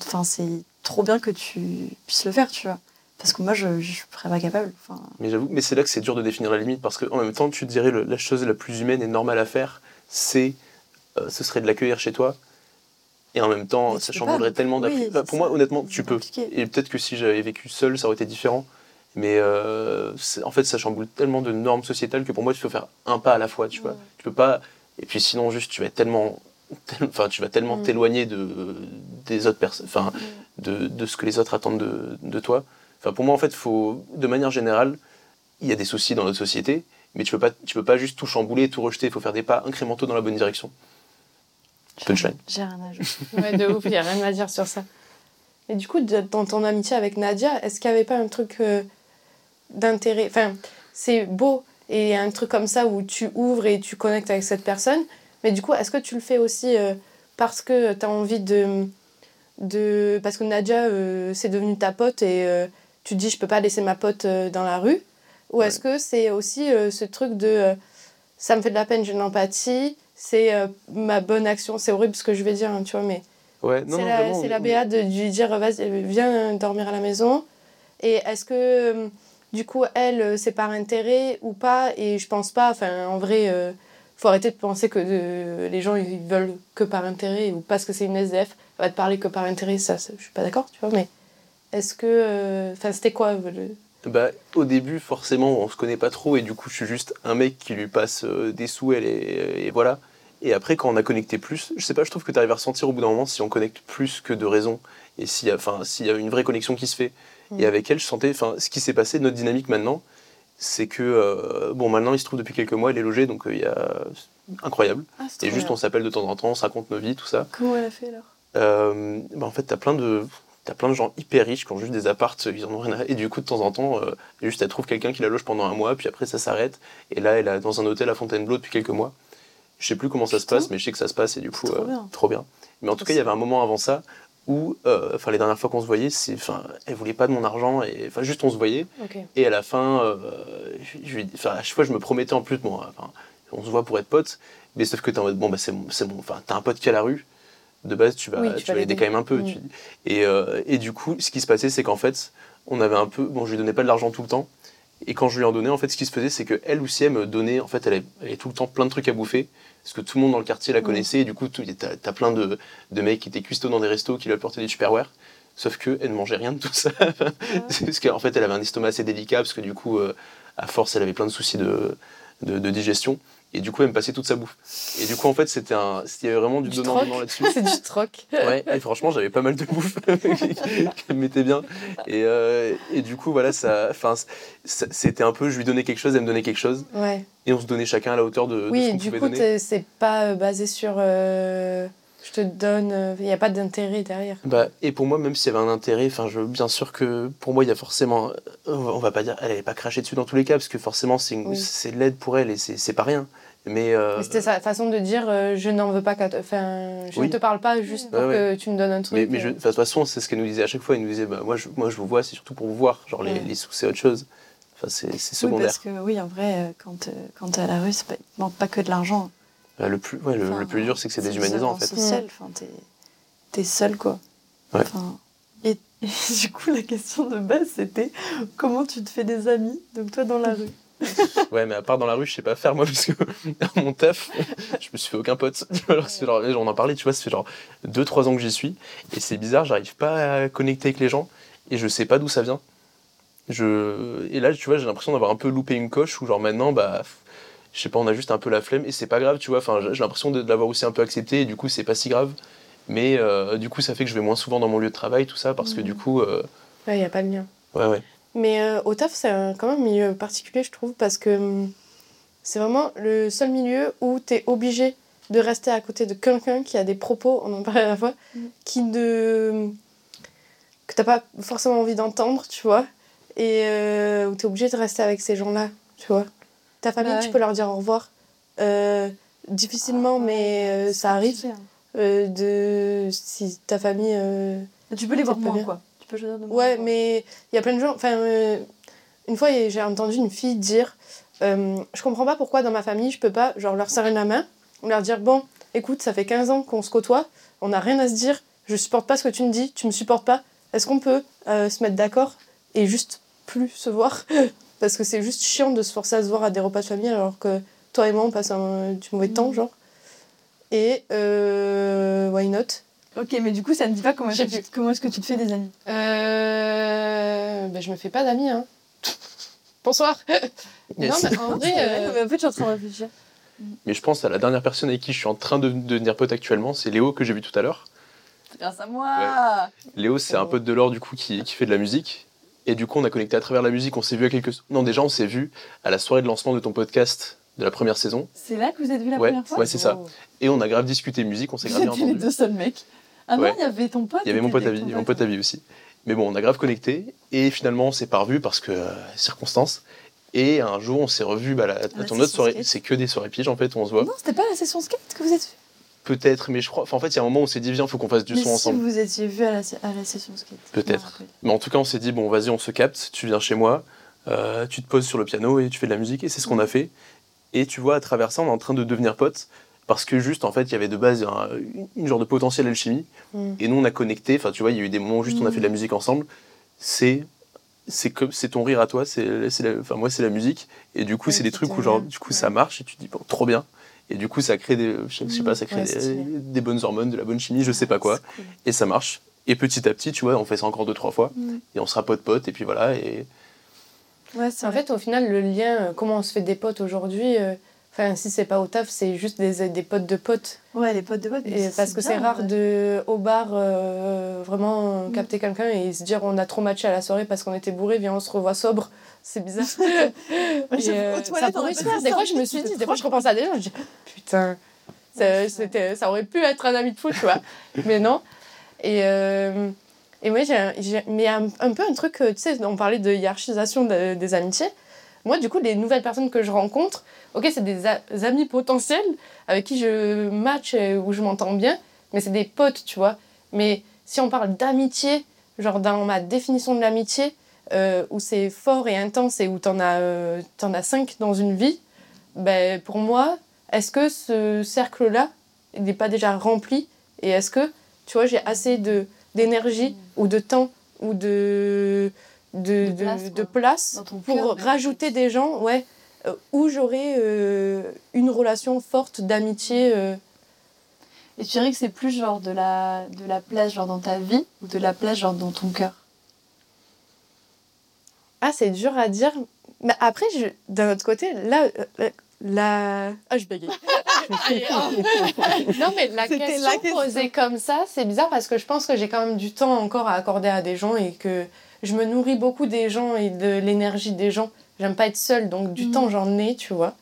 trop bien que tu puisses le faire, tu vois. Parce que moi, je serais pas capable. Mais j'avoue, mais c'est là que c'est dur de définir la limite, parce qu'en même temps, tu te dirais la chose la plus humaine et normale à faire, ce serait de l'accueillir chez toi. Et en même temps, ça chamboulerait tellement d'appui. Pour moi, honnêtement, tu peux. Et peut-être que si j'avais vécu seul, ça aurait été différent. Mais en fait, ça chamboule tellement de normes sociétales que pour moi, tu peux faire un pas à la fois, tu vois. Tu peux pas... Et puis sinon, juste, tu vas tellement t'éloigner des autres personnes, de ce que les autres attendent de toi. Pour moi, en fait, de manière générale, il y a des soucis dans notre société, mais tu peux pas juste tout chambouler, tout rejeter. Il faut faire des pas incrémentaux dans la bonne direction. Punchline. J'ai rien à ajouter. Ouais, de ouf, il n'y a rien à dire sur ça. Et du coup, dans ton amitié avec Nadia, est-ce qu'il n'y avait pas un truc d'intérêt... c'est beau, et il y a un truc comme ça où tu ouvres et tu connectes avec cette personne, mais du coup, est-ce que tu le fais aussi parce que tu as envie parce que Nadia, c'est devenu ta pote et tu te dis, je peux pas laisser ma pote dans la rue, ou est-ce que c'est aussi ce truc de... ça me fait de la peine, j'ai de l'empathie, c'est ma bonne action, c'est horrible ce que je vais dire, tu vois, mais ouais, c'est la BA de lui dire, vas-y, viens dormir à la maison. Et est-ce que, du coup, elle, c'est par intérêt ou pas? Et je pense pas, en vrai, faut arrêter de penser que les gens, ils veulent que par intérêt, ou parce que c'est une SDF, elle va te parler que par intérêt, ça, je suis pas d'accord, tu vois, mais est-ce que... c'était quoi au début, forcément, on se connaît pas trop, et du coup, je suis juste un mec qui lui passe des sous, et voilà. Et après, quand on a connecté plus, je sais pas, je trouve que tu arrives à ressentir au bout d'un moment si on connecte plus que de raison, et s'il y a une vraie connexion qui se fait. Et avec elle, je sentais, ce qui s'est passé, notre dynamique maintenant, c'est que, maintenant, il se trouve depuis quelques mois, elle est logée, donc incroyable. Et juste, on s'appelle de temps en temps, on se raconte nos vies, tout ça. Comment elle a fait, alors En fait, t'as plein de gens hyper riches qui ont juste des apparts, ils en ont rien à... Et du coup, de temps en temps, juste, elle trouve quelqu'un qui la loge pendant 1 mois, puis après, ça s'arrête. Et là, elle est dans un hôtel à Fontainebleau depuis quelques mois. Je sais plus comment ça se passe, mais je sais que ça se passe et du coup, trop bien. Mais en tout cas, il y avait un moment avant ça où, les dernières fois qu'on se voyait, elle voulait pas de mon argent, et juste on se voyait. Okay. Et à la fin, à chaque fois, je me promettais en plus, on se voit pour être potes, mais sauf que t'es en mode, c'est bon, t'as un pote qui est à la rue, de base, tu vas l'aider quand même un peu. Et du coup, ce qui se passait, c'est qu'en fait, on avait un peu, je lui donnais pas de l'argent tout le temps, et quand je lui en donnais, en fait, ce qui se faisait, c'est qu'elle aussi, elle me donnait, en fait, elle avait tout le temps plein de trucs à bouffer, parce que tout le monde dans le quartier la connaissait, et du coup, t'as plein de mecs qui étaient cuistots dans des restos, qui lui apportaient des Tupperware, sauf qu'elle ne mangeait rien de tout ça, parce qu'en fait, elle avait un estomac assez délicat, parce que du coup, à force, elle avait plein de soucis de digestion, et du coup, elle me passait toute sa bouffe. Et du coup, en fait, il y avait vraiment du donnant-donnant là-dessus. C'est du troc. Ouais, et franchement, j'avais pas mal de bouffe qui me mettait bien. Et du coup, voilà, c'était un peu, je lui donnais quelque chose, elle me donnait quelque chose. Ouais. Et on se donnait chacun à la hauteur de ce qu'on pouvait donner. Oui, du coup, c'est pas basé sur... je te donne... Il n'y a pas d'intérêt derrière. Et pour moi, même s'il y avait un intérêt, bien sûr que pour moi, il y a forcément... On va pas dire... Elle n'allait pas cracher dessus dans tous les cas, parce que forcément, c'est de l'aide pour elle, et c'est pas rien. Mais c'était sa façon de dire je n'en veux pas je ne te parle pas juste pour que tu me donnes un truc. Mais de toute façon, c'est ce qu'elle nous disait à chaque fois. Elle nous disait moi je vous vois, c'est surtout pour vous voir. Genre les sous, c'est autre chose. C'est secondaire. Oui, parce que en vrai, quand t'es à la rue, il manque pas que de l'argent. Le plus dur, c'est que c'est déshumanisant en fait. Social, t'es seul quoi. Ouais. Et du coup, la question de base, c'était comment tu te fais des amis, donc toi dans la rue. Ouais, mais à part dans la rue, je sais pas faire moi, parce que à mon taf, je me suis fait aucun pote. On en parlait, tu vois, ça fait 2-3 ans que j'y suis, et c'est bizarre, j'arrive pas à connecter avec les gens, et je sais pas d'où ça vient. Et là, tu vois, j'ai l'impression d'avoir un peu loupé une coche, où maintenant, je sais pas, on a juste un peu la flemme, et c'est pas grave, tu vois, j'ai l'impression de l'avoir aussi un peu accepté, et du coup, c'est pas si grave. Mais du coup, ça fait que je vais moins souvent dans mon lieu de travail, tout ça, parce que du coup... Ouais, y a pas de lien. Ouais. Mais au taf, c'est quand même un milieu particulier, je trouve, parce que c'est vraiment le seul milieu où t'es obligé de rester à côté de quelqu'un qui a des propos, on en parlait à la fois, que t'as pas forcément envie d'entendre, tu vois, et où t'es obligé de rester avec ces gens-là, tu vois. Ta famille, tu peux leur dire au revoir, difficilement, mais ça arrive. Si ta famille... tu peux les voir moins, quoi. Ouais, mais il y a plein de gens... une fois, j'ai entendu une fille dire je comprends pas pourquoi dans ma famille, je peux pas leur serrer la main, leur dire bon, écoute, ça fait 15 ans qu'on se côtoie, on n'a rien à se dire, je supporte pas ce que tu me dis, tu me supportes pas, est-ce qu'on peut se mettre d'accord et juste plus se voir parce que c'est juste chiant de se forcer à se voir à des repas de famille alors que toi et moi, on passe du mauvais temps, genre. Et why not? Ok, mais du coup, ça ne dit pas comment est-ce que tu te fais des amis. Je me fais pas d'amis, hein. Bonsoir. Yes. Non, mais en vrai... En fait, je suis en train de réfléchir. Mais je pense à la dernière personne avec qui je suis en train de devenir pote actuellement, c'est Léo, que j'ai vu tout à l'heure. C'est grâce à moi. Ouais. Léo, c'est un pote de l'or, du coup, qui fait de la musique. Et du coup, on a connecté à travers la musique, on s'est vu on s'est vu à la soirée de lancement de ton podcast de la première saison. C'est là que vous êtes vus la première fois? Ouais, c'est ça. Et on a grave discuté musique, on s'est grave bien entendu. Vous étiez les deux seuls mecs. Ah non, il y avait ton pote. Il y avait mon pote à vie aussi. Mais bon, on a grave connecté, et finalement, on s'est pas revus parce que circonstances. Et un jour, on s'est revus à ton autre soirée. C'est que des soirées piges, en fait, où on se voit. Non, c'était pas la session skate que vous êtes vus? Peut-être, mais je crois... en fait, il y a un moment où on s'est dit, viens, faut qu'on fasse du son ensemble. Mais si vous étiez vus à la session skate. Peut-être. Mais en tout cas, on s'est dit, bon, vas-y, on se capte, tu viens chez moi, tu te poses sur le piano et tu fais de la musique, et c'est ce qu'on a fait. Et tu vois, à travers ça, on est en train de devenir potes, parce que juste, en fait, il y avait de base une genre de potentiel alchimie, et nous, on a connecté, enfin, tu vois, il y a eu des moments où juste on a fait de la musique ensemble. C'est ton rire à toi, moi, c'est la musique, et du coup, c'est des trucs où, genre, du coup, ça marche, et tu te dis, bon, trop bien. Et du coup, ça crée des bonnes hormones, de la bonne chimie, je sais pas quoi, cool. Et ça marche. Et petit à petit, tu vois, on fait ça encore 2-3 fois, et on sera pote, et puis voilà, et... Ouais, en fait, au final, le lien, comment on se fait des potes aujourd'hui, si c'est pas au taf, c'est juste des potes de potes. Ouais, les potes de potes. Parce que c'est rare au bar vraiment capter quelqu'un et se dire on a trop matché à la soirée parce qu'on était bourrés, viens on se revoit sobre. C'est bizarre. Ça pourrait se faire. Des fois, je me suis dit, des fois, je repense à des gens, je dis putain, ça aurait pu être un ami de foot, tu vois. Mais non. Et moi, mais un peu un truc, tu sais, on parlait de hiérarchisation des amitiés. Moi, du coup, les nouvelles personnes que je rencontre, ok, c'est des amis potentiels avec qui je match, où je m'entends bien, mais c'est des potes, tu vois. Mais si on parle d'amitié, genre dans ma définition de l'amitié, où c'est fort et intense et où t'en as 5 dans une vie, ben, pour moi, est-ce que ce cercle-là, il n'est pas déjà rempli? Et est-ce que, tu vois, j'ai assez d'énergie ou de temps ou de place pour rajouter des gens, ouais, où j'aurais une relation forte d'amitié. Et tu dirais que c'est plus genre de la place genre dans ta vie ou de la place genre dans ton cœur? Ah, c'est dur à dire. Mais après, d'un autre côté, Ah, je bégaye. Non, mais la question posée comme ça, c'est bizarre parce que je pense que j'ai quand même du temps encore à accorder à des gens et que je me nourris beaucoup des gens et de l'énergie des gens. J'aime pas être seule, donc du temps, j'en ai, tu vois.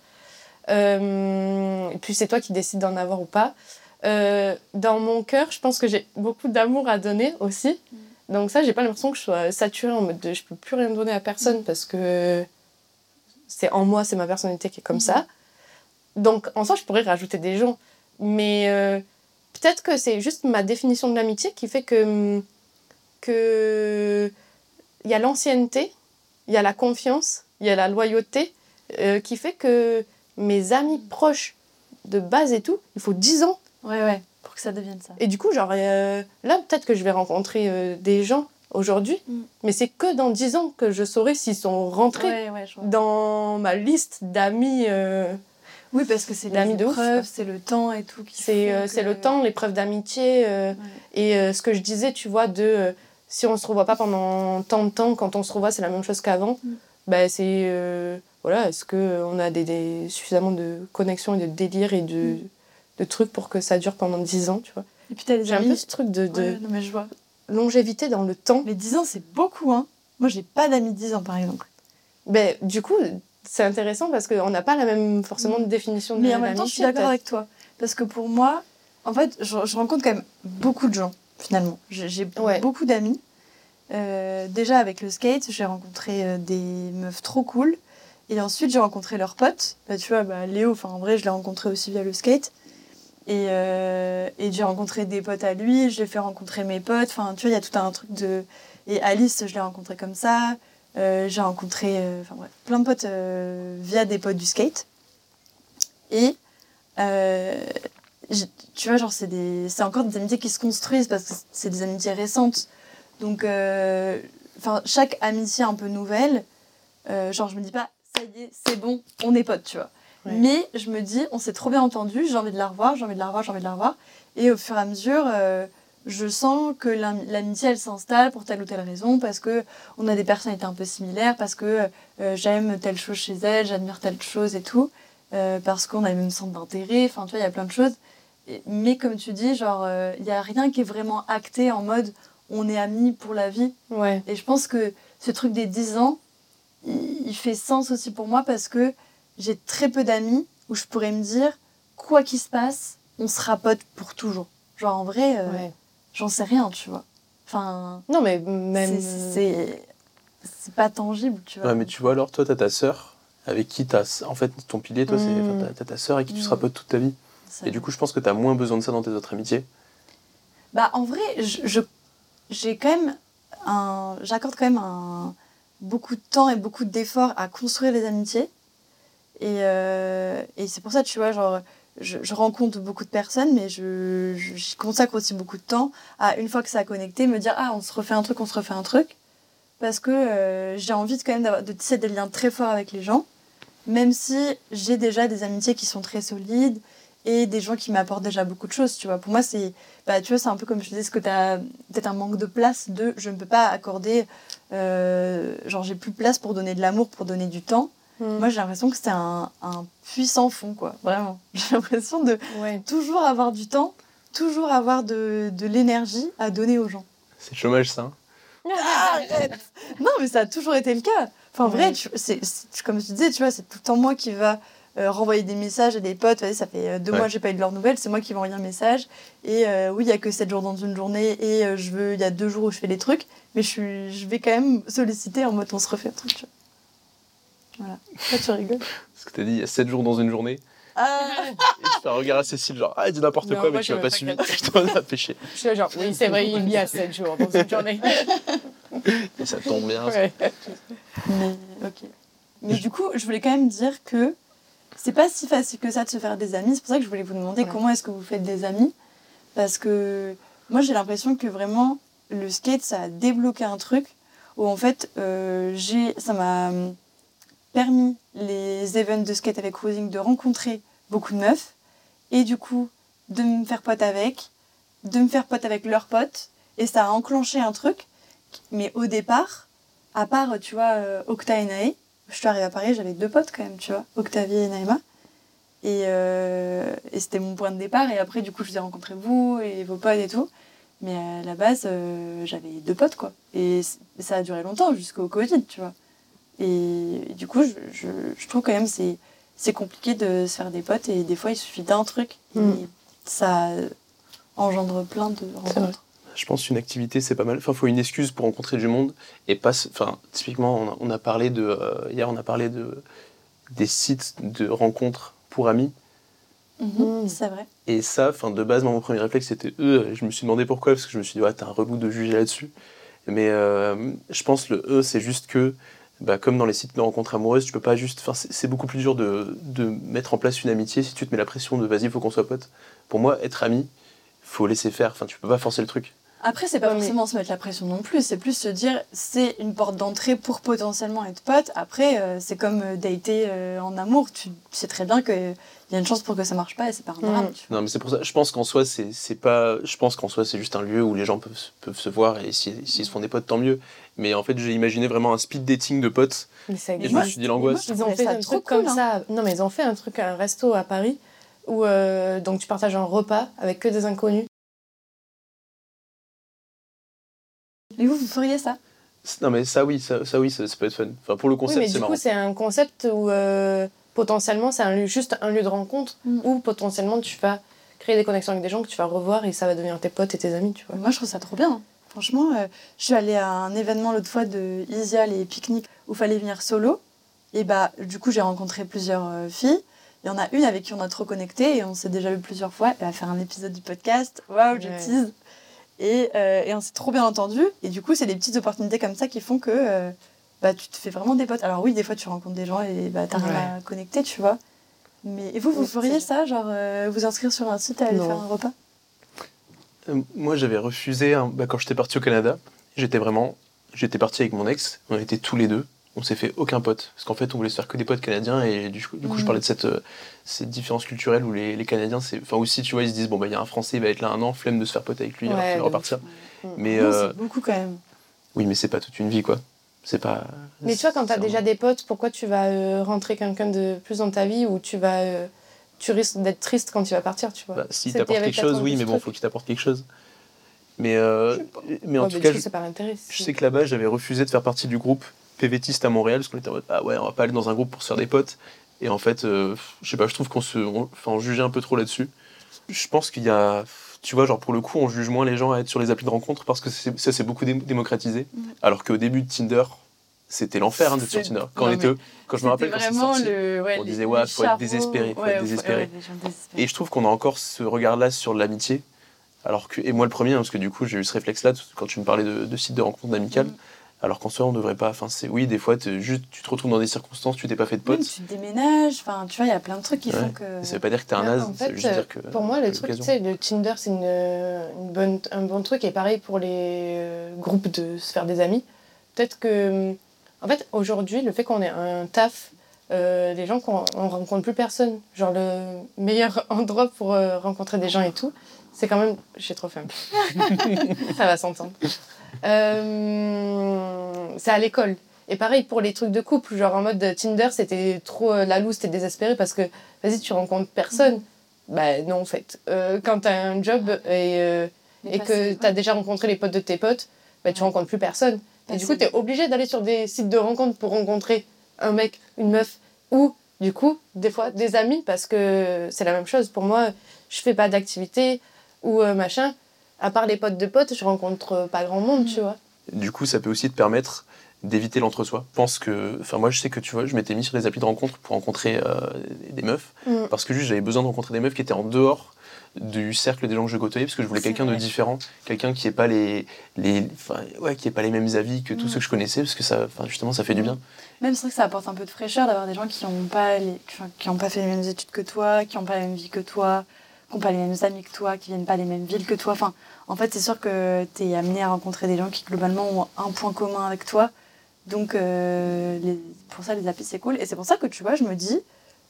Et puis, c'est toi qui décides d'en avoir ou pas. Dans mon cœur, je pense que j'ai beaucoup d'amour à donner aussi. Donc ça, j'ai pas l'impression que je sois saturée en mode de je peux plus rien donner à personne parce que c'est en moi, c'est ma personnalité qui est comme ça. Donc en soi, je pourrais rajouter des gens. Mais peut-être que c'est juste ma définition de l'amitié qui fait que il y a l'ancienneté, il y a la confiance, il y a la loyauté qui fait que mes amis proches de base et tout, il faut 10 ans. Ouais, pour que ça devienne ça. Et du coup, genre, là, peut-être que je vais rencontrer des gens aujourd'hui, mais c'est que dans 10 ans que je saurai s'ils sont rentrés dans ma liste d'amis. Oui, parce que c'est les épreuves, c'est le temps et tout. C'est le temps, les preuves d'amitié. Et ce que je disais, tu vois, si on se revoit pas pendant tant de temps, quand on se revoit, c'est la même chose qu'avant. Bah, c'est... voilà, est-ce qu'on a suffisamment de connexions et de délire et de trucs pour que ça dure pendant 10 ans, tu vois. Et puis t'as j'ai un peu ce truc de non, mais je vois. Longévité dans le temps. Mais 10 ans, c'est beaucoup, hein. Moi, j'ai pas d'amis de 10 ans, par exemple. Ben, du coup, c'est intéressant parce qu'on n'a pas la même, forcément, de définition de l'amitié. Mais en même temps, je suis d'accord avec toi. Parce que pour moi, en fait, je rencontre quand même beaucoup de gens, finalement. J'ai beaucoup d'amis. Déjà, avec le skate, j'ai rencontré des meufs trop cool. Et ensuite, j'ai rencontré leurs potes. Bah, tu vois, Léo, en vrai, je l'ai rencontré aussi via le skate. Et j'ai rencontré des potes à lui, je l'ai fait rencontrer mes potes. Enfin, tu vois, il y a tout un truc de... Et Alice, je l'ai rencontrée comme ça. J'ai rencontré plein de potes via des potes du skate. Et tu vois, genre, c'est encore des amitiés qui se construisent parce que c'est des amitiés récentes. Donc, chaque amitié un peu nouvelle, genre, je me dis pas, ça y est, c'est bon, on est potes, tu vois. Ouais. Mais je me dis, on s'est trop bien entendu, j'ai envie de la revoir. Et au fur et à mesure, je sens que l'amitié, elle s'installe pour telle ou telle raison, parce qu'on a des personnalités un peu similaires, parce que j'aime telle chose chez elle, j'admire telle chose et tout, parce qu'on a le même centre d'intérêt, enfin tu vois, il y a plein de choses. Mais comme tu dis, genre, il n'y a rien qui est vraiment acté en mode, on est amis pour la vie. Ouais. Et je pense que ce truc des 10 ans, il fait sens aussi pour moi, parce que j'ai très peu d'amis où je pourrais me dire, quoi qu'il se passe, on sera potes pour toujours. Genre, en vrai, j'en sais rien, tu vois. Enfin... Non, mais même... C'est pas tangible, tu vois. Ouais, mais tu vois, alors, toi, t'as ta sœur, avec qui en fait, ton pilier, toi, t'as ta sœur avec qui tu seras pote toute ta vie. Et du coup, je pense que t'as moins besoin de ça dans tes autres amitiés. Bah, en vrai, j'ai quand même j'accorde quand même beaucoup de temps et beaucoup d'efforts à construire les amitiés. Et c'est pour ça, tu vois, genre, je rencontre beaucoup de personnes, mais je consacre aussi beaucoup de temps à, une fois que ça a connecté, me dire, on se refait un truc. Parce que j'ai envie quand même de tisser des liens très forts avec les gens, même si j'ai déjà des amitiés qui sont très solides et des gens qui m'apportent déjà beaucoup de choses, tu vois. Pour moi, tu vois, c'est un peu comme je disais, ce que tu as peut-être un manque de place je ne peux pas accorder, genre, j'ai plus de place pour donner de l'amour, pour donner du temps. Moi, j'ai l'impression que c'est un puissant fond, quoi. Vraiment. J'ai l'impression de toujours avoir du temps, toujours avoir de l'énergie à donner aux gens. C'est chômage, ça. Hein. Arrête. Non, mais ça a toujours été le cas. Enfin, en vrai, comme tu disais, tu vois, c'est tout le temps moi qui va renvoyer des messages à des potes. Ça fait 2 mois que j'ai pas eu de leurs nouvelles. C'est moi qui vais envoyer un message. Et oui, il y a que 7 jours dans une journée. Et il y a 2 jours où je fais les trucs. Mais je vais quand même solliciter en mode on se refait un truc, tu vois. Voilà. Pourquoi tu rigoles? Parce que t'as dit il y a 7 jours dans une journée. Ah. Et je fais un regard à Cécile, genre, ah, il dit n'importe Non, quoi, moi, mais tu je m'as pas me suivi. tracasse. Putain, on a péché. Je suis là genre, oui, c'est vrai, il y a 7 jours dans une journée. Et ça tombe bien. Ouais. Mais, ok. Mais du coup, je voulais quand même dire que c'est pas si facile que ça de se faire des amis. C'est pour ça que je voulais vous demander comment est-ce que vous faites des amis. Parce que moi, j'ai l'impression que vraiment, le skate, ça a débloqué un truc où en fait, ça m'a permis, les events de skate avec Cruising, de rencontrer beaucoup de meufs et du coup, de me faire pote avec leurs potes. Et ça a enclenché un truc. Mais au départ, à part, tu vois, Octa et Nae, je suis arrivée à Paris, j'avais 2 potes quand même, tu vois, Octavie et Naïma. Et c'était mon point de départ. Et après, du coup, je vous ai rencontré vous et vos potes et tout. Mais à la base, j'avais 2 potes, quoi. Et ça a duré longtemps, jusqu'au Covid, tu vois. Et du coup, je trouve quand même c'est compliqué de se faire des potes. Et des fois, il suffit d'un truc. Et ça engendre plein de rencontres. Je pense qu'une activité, c'est pas mal. Enfin, il faut une excuse pour rencontrer du monde. Et pas... Enfin, typiquement, on a parlé de... hier, on a parlé des sites de rencontres pour amis. C'est vrai. Et ça, enfin, de base, moi, mon premier réflexe, c'était je me suis demandé pourquoi, parce que je me suis dit, ouais, t'es un relou de juger là-dessus. Mais je pense que le c'est juste que, comme dans les sites de rencontres amoureuses, tu peux pas juste... Enfin, c'est beaucoup plus dur de mettre en place une amitié si tu te mets la pression de vas-y, il faut qu'on soit potes. Pour moi, être ami, faut laisser faire. Enfin, tu peux pas forcer le truc. Après, c'est pas forcément se mettre la pression non plus, c'est plus se dire c'est une porte d'entrée pour potentiellement être pote. Après, c'est comme dater en amour, tu sais très bien qu'il y a une chance pour que ça marche pas et c'est pas un drame. Non, mais c'est pour ça, je pense qu'en soi, c'est pas. Je pense qu'en soi, c'est juste un lieu où les gens peuvent se voir et s'ils se font des potes, tant mieux. Mais en fait, j'ai imaginé vraiment un speed dating de potes. Mais ça et je me suis dit l'angoisse. Ils ont fait un truc comme ça. Non, mais ils ont fait un truc, un resto à Paris où donc tu partages un repas avec que des inconnus. Et vous feriez ça? Non, mais ça oui, ça peut être fun. Enfin, pour le concept, c'est marrant. Du coup, c'est un concept où potentiellement, c'est juste un lieu de rencontre où potentiellement tu vas créer des connexions avec des gens que tu vas revoir et ça va devenir tes potes et tes amis, tu vois. Moi, je trouve ça trop bien. Franchement, je suis allée à un événement l'autre fois de Isia, les pique-niques, où il fallait venir solo. Et du coup, j'ai rencontré plusieurs filles. Il y en a une avec qui on a trop connecté et on s'est déjà vu plusieurs fois. Elle va faire un épisode du podcast. Waouh, je tease. Et on s'est trop bien entendu. Et du coup, c'est des petites opportunités comme ça qui font que tu te fais vraiment des potes. Alors oui, des fois, tu rencontres des gens et t'arrives à connecter, tu vois. Mais et vous feriez ça, genre vous inscrire sur un site et aller faire un repas? Moi, j'avais refusé quand j'étais parti au Canada. J'étais parti avec mon ex. On était tous les deux. On s'est fait aucun pote. Parce qu'en fait, on voulait se faire que des potes canadiens. Et du coup, je parlais de cette différence culturelle où les Canadiens, enfin aussi, tu vois, ils se disent, bon, il y a un Français, il va être là 1 an, flemme de se faire pote avec lui, alors qu'il va repartir. Mais, c'est beaucoup quand même. Oui, mais c'est pas toute une vie, quoi. C'est pas... Mais tu vois, quand t'as déjà des potes, pourquoi tu vas rentrer quelqu'un de plus dans ta vie où tu risques d'être triste quand tu vas partir, tu vois. S'il t'apporte quelque chose, oui, mais bon, faut qu'il t'apporte quelque chose. Mais en tout cas, je sais que là-bas, j'avais refusé de faire partie du groupe PVTiste à Montréal, parce qu'on était en mode, ah ouais, on va pas aller dans un groupe pour se faire des potes. Et en fait, je sais pas, je trouve on jugeait un peu trop là-dessus. Je pense qu'il y a... Tu vois, genre pour le coup, on juge moins les gens à être sur les applis de rencontre parce que ça s'est beaucoup démocratisé. Alors qu'au début de Tinder, c'était l'enfer d'être sur Tinder. Quand je me rappelle, quand c'est sorti, on disait, ouais, faut être désespéré. Et je trouve qu'on a encore ce regard-là sur l'amitié. Alors que, et moi le premier, parce que du coup, j'ai eu ce réflexe-là quand tu me parlais de sites de rencontres amicales. Alors qu'en soi, on devrait pas. Enfin, oui, des fois, tu te retrouves dans des circonstances, tu t'es pas fait de potes. Oui, tu déménages, enfin, tu vois, il y a plein de trucs qui font que. Ça veut pas dire que t'es un naze, ça veut juste dire que. Pour moi, le truc, tu sais, le Tinder, c'est un bon truc, et pareil pour les groupes de se faire des amis. Peut-être que. En fait, aujourd'hui, le fait qu'on ait un taf, les gens, on rencontre plus personne. Genre, le meilleur endroit pour rencontrer des gens et tout, c'est quand même. J'ai trop faim. Ça va s'entendre. C'est à l'école. Et pareil pour les trucs de couple, genre en mode Tinder, c'était trop la loose, t'es désespéré parce que vas-y, tu rencontres personne. Bah non, en fait. Quand t'as un job et que t'as déjà rencontré les potes de tes potes, bah tu rencontres plus personne. Et du coup, t'es obligé d'aller sur des sites de rencontres pour rencontrer un mec, une meuf, ou du coup, des fois, des amis, parce que c'est la même chose. Pour moi, je fais pas d'activité ou machin. À part les potes de potes, je rencontre pas grand monde, tu vois. Du coup, ça peut aussi te permettre d'éviter l'entre-soi. Je pense que, enfin moi je sais que tu vois, je m'étais mis sur des applis de rencontre pour rencontrer des meufs, parce que juste j'avais besoin de rencontrer des meufs qui étaient en dehors du cercle des gens que je côtoyais, parce que je voulais quelqu'un de différent, quelqu'un qui ait pas qui ait pas les mêmes avis que tous ceux que je connaissais, parce que ça, justement ça fait du bien. Même c'est vrai que ça apporte un peu de fraîcheur d'avoir des gens qui n'ont pas fait les mêmes études que toi, qui n'ont pas la même vie que toi, qui n'ont pas les mêmes amis que toi, qui viennent pas des mêmes villes que toi. Enfin, en fait, c'est sûr que tu es amené à rencontrer des gens qui globalement ont un point commun avec toi. Donc, pour ça, les applis, c'est cool. Et c'est pour ça que, tu vois, je me dis,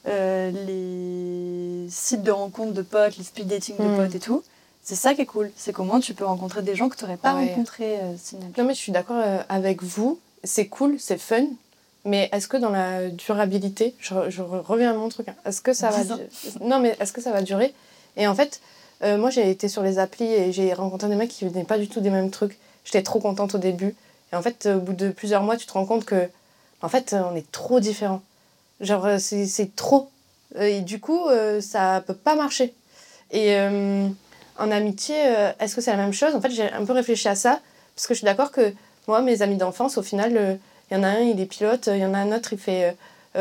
les sites de rencontres de potes, les speed dating de potes et tout, c'est ça qui est cool. C'est comment tu peux rencontrer des gens que tu n'aurais pas rencontrés sinon. Non, mais je suis d'accord avec vous. C'est cool, c'est fun. Mais est-ce que dans la durabilité, je reviens à mon truc, est-ce que ça va Non, mais est-ce que ça va durer? Et en fait, moi, j'ai été sur les applis et j'ai rencontré des mecs qui venaient pas du tout des mêmes trucs. J'étais trop contente au début. Et en fait, au bout de plusieurs mois, tu te rends compte que, en fait, on est trop différents. Genre, c'est trop. Et du coup, ça peut pas marcher. Et en amitié, est-ce que c'est la même chose? En fait, j'ai un peu réfléchi à ça, parce que je suis d'accord que moi, mes amis d'enfance, au final, il y en a un, il est pilote, il y en a un autre, il fait...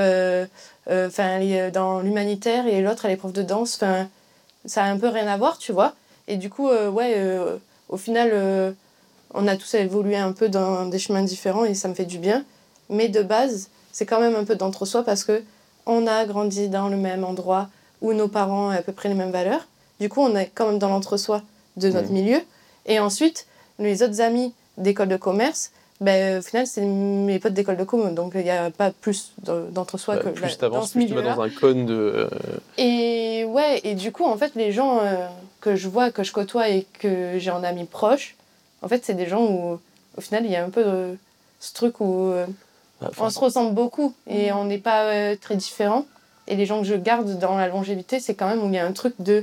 elle est dans l'humanitaire, et l'autre, elle est prof de danse. Enfin, ça a un peu rien à voir, tu vois. Et du coup, au final... on a tous évolué un peu dans des chemins différents et ça me fait du bien. Mais de base, c'est quand même un peu d'entre-soi parce qu'on a grandi dans le même endroit où nos parents ont à peu près les mêmes valeurs. Du coup, on est quand même dans l'entre-soi de notre milieu. Et ensuite, les autres amis d'école de commerce, au final, c'est mes potes d'école de com. Donc, il n'y a pas plus d'entre-soi que plus dans ce milieu-là. Tu vas dans un cône de... Et du coup, en fait, les gens que je vois, que je côtoie et que j'ai en amis proches, en fait, c'est des gens où, au final, il y a un peu ce truc où on se ressemble beaucoup et on n'est pas très différents. Et les gens que je garde dans la longévité, c'est quand même où il y a un truc de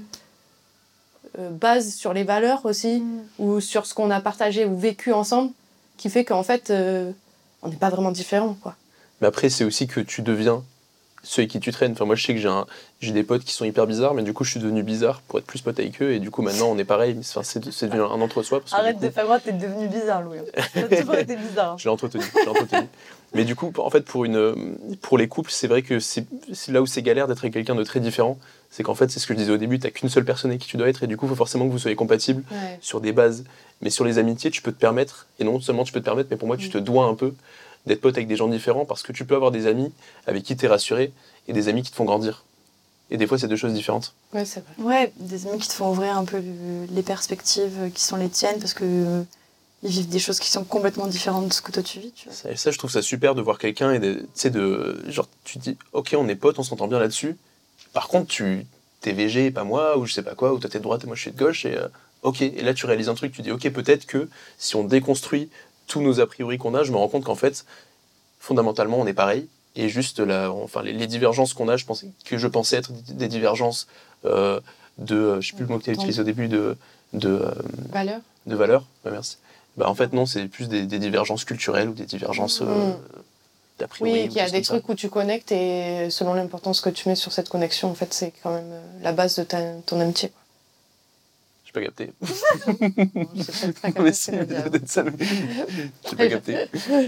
base sur les valeurs aussi, ou sur ce qu'on a partagé ou vécu ensemble, qui fait qu'en fait, on n'est pas vraiment différents, quoi. Mais après, c'est aussi que tu deviens ceux avec qui tu traînes. Enfin, moi, je sais que j'ai des potes qui sont hyper bizarres, mais du coup, je suis devenu bizarre pour être plus pote avec eux, et du coup, maintenant, on est pareil. Enfin, c'est devenu un entre-soi. Arrête de faire croire que t'es devenu bizarre, Louis. T'as toujours été bizarre. Je l'ai entretenu. Mais du coup, en fait, pour les couples, c'est vrai que c'est là où c'est galère d'être avec quelqu'un de très différent. C'est qu'en fait, c'est ce que je disais au début, t'as qu'une seule personne avec qui tu dois être, et du coup, il faut forcément que vous soyez compatibles sur des bases. Mais sur les amitiés, tu peux te permettre, et non seulement tu peux te permettre, mais pour moi, tu te dois un peu d'être pote avec des gens différents, parce que tu peux avoir des amis avec qui t'es rassuré, et des amis qui te font grandir. Et des fois, c'est deux choses différentes. Ouais, c'est vrai. Ouais, des amis qui te font ouvrir un peu les perspectives qui sont les tiennes, parce que ils vivent des choses qui sont complètement différentes de ce que toi tu vis, tu vois. Ça, je trouve ça super de voir quelqu'un et tu te dis, ok, on est potes, on s'entend bien là-dessus. Par contre, t'es VG et pas moi, ou je sais pas quoi, ou toi t'es de droite et moi je suis de gauche, et ok. Et là, tu réalises un truc, tu dis, ok, peut-être que si on déconstruit tous nos a priori qu'on a, je me rends compte qu'en fait, fondamentalement, on est pareil. Et juste les divergences qu'on a, que je pensais être des divergences je sais plus le mot que tu as utilisé au début, Valeur. De valeur, merci. En fait, non, c'est plus des divergences culturelles ou des divergences d'a priori. Oui, qu'il y a des trucs où tu connectes et selon l'importance que tu mets sur cette connexion, en fait, c'est quand même la base de ton amitié. J'ai pas capté. J'ai pas capté ce que tu veux dire. J'ai pas capté.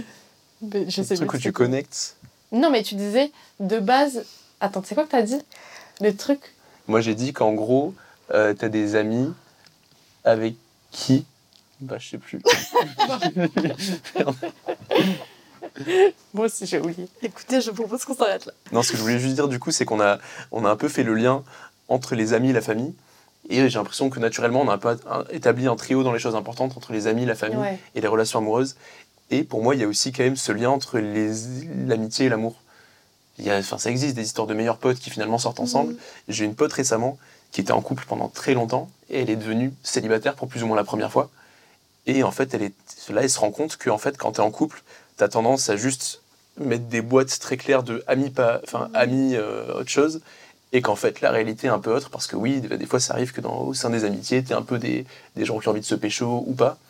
Je sais le truc où tu connectes. Non, mais tu disais, de base... Attends, c'est quoi que t'as dit? Le truc? Moi, j'ai dit qu'en gros, t'as des amis avec qui... je sais plus. Moi aussi, j'ai oublié. Écoutez, je propose qu'on s'arrête là. Non, ce que je voulais juste dire, du coup, c'est qu'on a un peu fait le lien entre les amis et la famille. Et j'ai l'impression que naturellement, on a un peu établi un trio dans les choses importantes entre les amis, la famille et les relations amoureuses. Et pour moi, il y a aussi quand même ce lien entre l'amitié et l'amour. Ça existe des histoires de meilleurs potes qui finalement sortent ensemble. J'ai une pote récemment qui était en couple pendant très longtemps et elle est devenue célibataire pour plus ou moins la première fois. Et en fait, elle se rend compte que en fait, quand t'es en couple, t'as tendance à juste mettre des boîtes très claires de amis, autre chose. Et qu'en fait, la réalité est un peu autre parce que oui, des fois, ça arrive que au sein des amitiés, t'es un peu des gens qui ont envie de se pécho ou pas.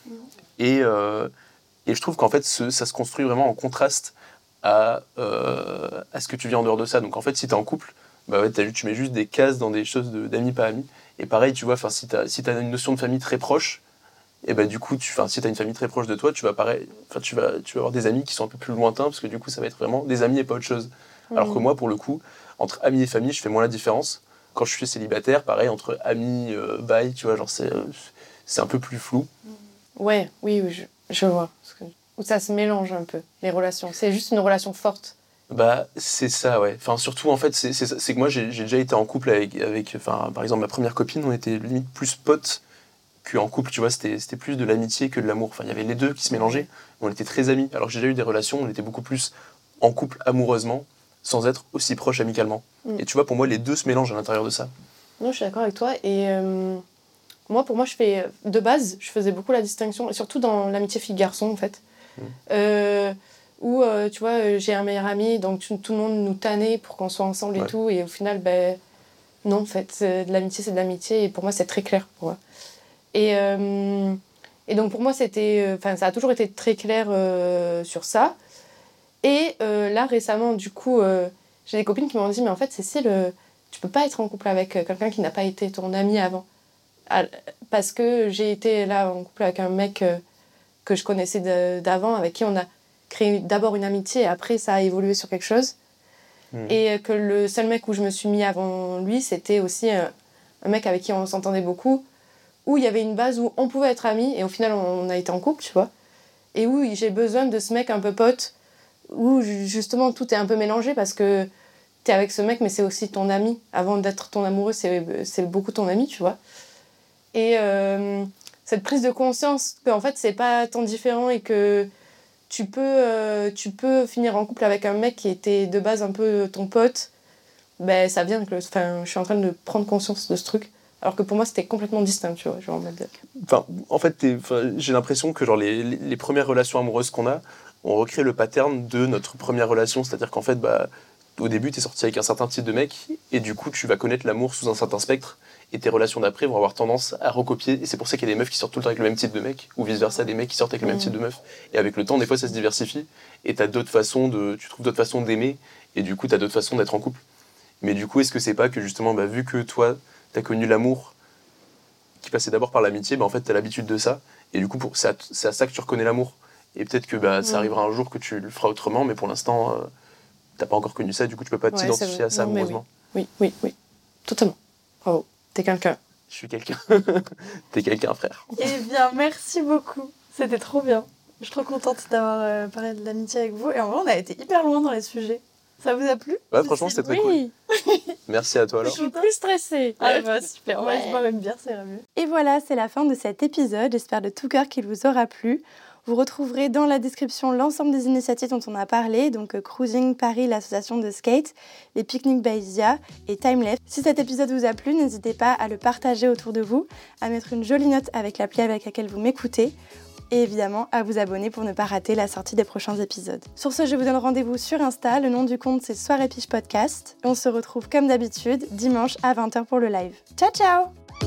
Et je trouve qu'en fait, ça se construit vraiment en contraste à ce que tu vis en dehors de ça. Donc en fait, si t'es en couple, tu mets juste des cases dans des choses d'amis, pas amis. Et pareil, tu vois, si t'as une notion de famille très proche, Et bah, du coup, si tu as une famille très proche de toi, tu vas avoir des amis qui sont un peu plus lointains, parce que du coup, ça va être vraiment des amis et pas autre chose. Alors que moi, pour le coup, entre amis et famille, je fais moins la différence. Quand je suis célibataire, pareil, entre amis, bye, tu vois, genre c'est un peu plus flou. Ouais, oui, je vois. Où ça se mélange un peu, les relations. C'est juste une relation forte. Bah, c'est ça, ouais. Enfin, surtout, en fait, c'est que moi, j'ai déjà été en couple avec par exemple, ma première copine, on était limite plus potes qu'en couple, tu vois, c'était plus de l'amitié que de l'amour. Enfin, il y avait les deux qui se mélangeaient, on était très amis. Alors que j'ai déjà eu des relations, on était beaucoup plus en couple amoureusement, sans être aussi proches amicalement. Et tu vois, pour moi, les deux se mélangent à l'intérieur de ça. Non, je suis d'accord avec toi. Et pour moi, de base, je faisais beaucoup la distinction, et surtout dans l'amitié fille-garçon, en fait. Où, tu vois, j'ai un meilleur ami, donc tout le monde nous tannait pour qu'on soit ensemble et tout. Et au final, non, en fait, de l'amitié, c'est de l'amitié. Et pour moi, c'est très clair, pour moi. Et donc, pour moi, ça a toujours été très clair sur ça. Et là, récemment, du coup, j'ai des copines qui m'ont dit, mais en fait, Cécile, tu peux pas être en couple avec quelqu'un qui n'a pas été ton ami avant. Parce que j'ai été là en couple avec un mec que je connaissais d'avant, avec qui on a créé d'abord une amitié, et après, ça a évolué sur quelque chose. Et que le seul mec où je me suis mis avant lui, c'était aussi un mec avec qui on s'entendait beaucoup, où il y avait une base où on pouvait être amis, et au final, on a été en couple, tu vois. Et où j'ai besoin de ce mec un peu pote, où justement tout est un peu mélangé, parce que t'es avec ce mec, mais c'est aussi ton ami. Avant d'être ton amoureux, c'est beaucoup ton ami, tu vois. Et cette prise de conscience qu'en fait, c'est pas tant différent, et que tu peux finir en couple avec un mec qui était de base un peu ton pote, ça vient que je suis en train de prendre conscience de ce truc. Alors que pour moi, c'était complètement distinct, tu vois. Genre, en fait, j'ai l'impression que genre, les premières relations amoureuses qu'on a, on recrée le pattern de notre première relation. C'est-à-dire qu'en fait, au début, t'es sorti avec un certain type de mec, et du coup, tu vas connaître l'amour sous un certain spectre, et tes relations d'après vont avoir tendance à recopier. Et c'est pour ça qu'il y a des meufs qui sortent tout le temps avec le même type de mec, ou vice-versa, des mecs qui sortent avec le même type de meuf. Et avec le temps, des fois, ça se diversifie, et tu trouves d'autres façons d'aimer, et du coup, t'as d'autres façons d'être en couple. Mais du coup, est-ce que c'est pas que justement, vu que toi, t'as connu l'amour qui passait d'abord par l'amitié, en fait, t'as l'habitude de ça, et du coup, c'est à ça que tu reconnais l'amour. Et peut-être que ça arrivera un jour que tu le feras autrement, mais pour l'instant, t'as pas encore connu ça, du coup, tu peux pas t'identifier à ça amoureusement. Oui, totalement. Bravo, t'es quelqu'un. Je suis quelqu'un. T'es quelqu'un, frère. Eh bien, merci beaucoup. C'était trop bien. Je suis trop contente d'avoir parlé de l'amitié avec vous. Et en vrai, on a été hyper loin dans les sujets. Ça vous a plu ? Ouais, franchement, c'était très cool. Merci à toi, alors. Je suis plus stressée. Super. Ouais, je m'aime bien, c'est mieux. Et voilà, c'est la fin de cet épisode. J'espère de tout cœur qu'il vous aura plu. Vous retrouverez dans la description l'ensemble des initiatives dont on a parlé, donc Cruising Paris, l'association de skate, les Picnic by Zia et Timeless. Si cet épisode vous a plu, n'hésitez pas à le partager autour de vous, à mettre une jolie note avec l'appli avec laquelle vous m'écoutez, et évidemment à vous abonner pour ne pas rater la sortie des prochains épisodes. Sur ce, je vous donne rendez-vous sur Insta, le nom du compte c'est Soirée Piche Podcast. On se retrouve comme d'habitude dimanche à 20h pour le live. Ciao ciao!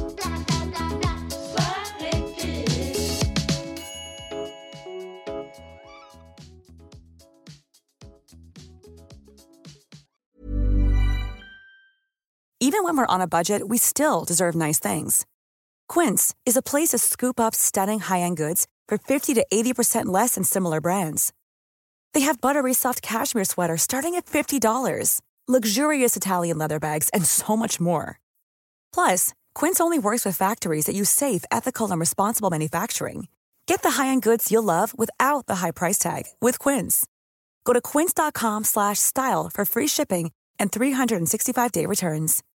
Even when we're on a budget, we still deserve nice things. Quince is a place to scoop up stunning high-end goods for 50 to 80% less than similar brands. They have buttery soft cashmere sweaters starting at $50, luxurious Italian leather bags, and so much more. Plus, Quince only works with factories that use safe, ethical, and responsible manufacturing. Get the high-end goods you'll love without the high price tag with Quince. Go to quince.com/style for free shipping and 365-day returns.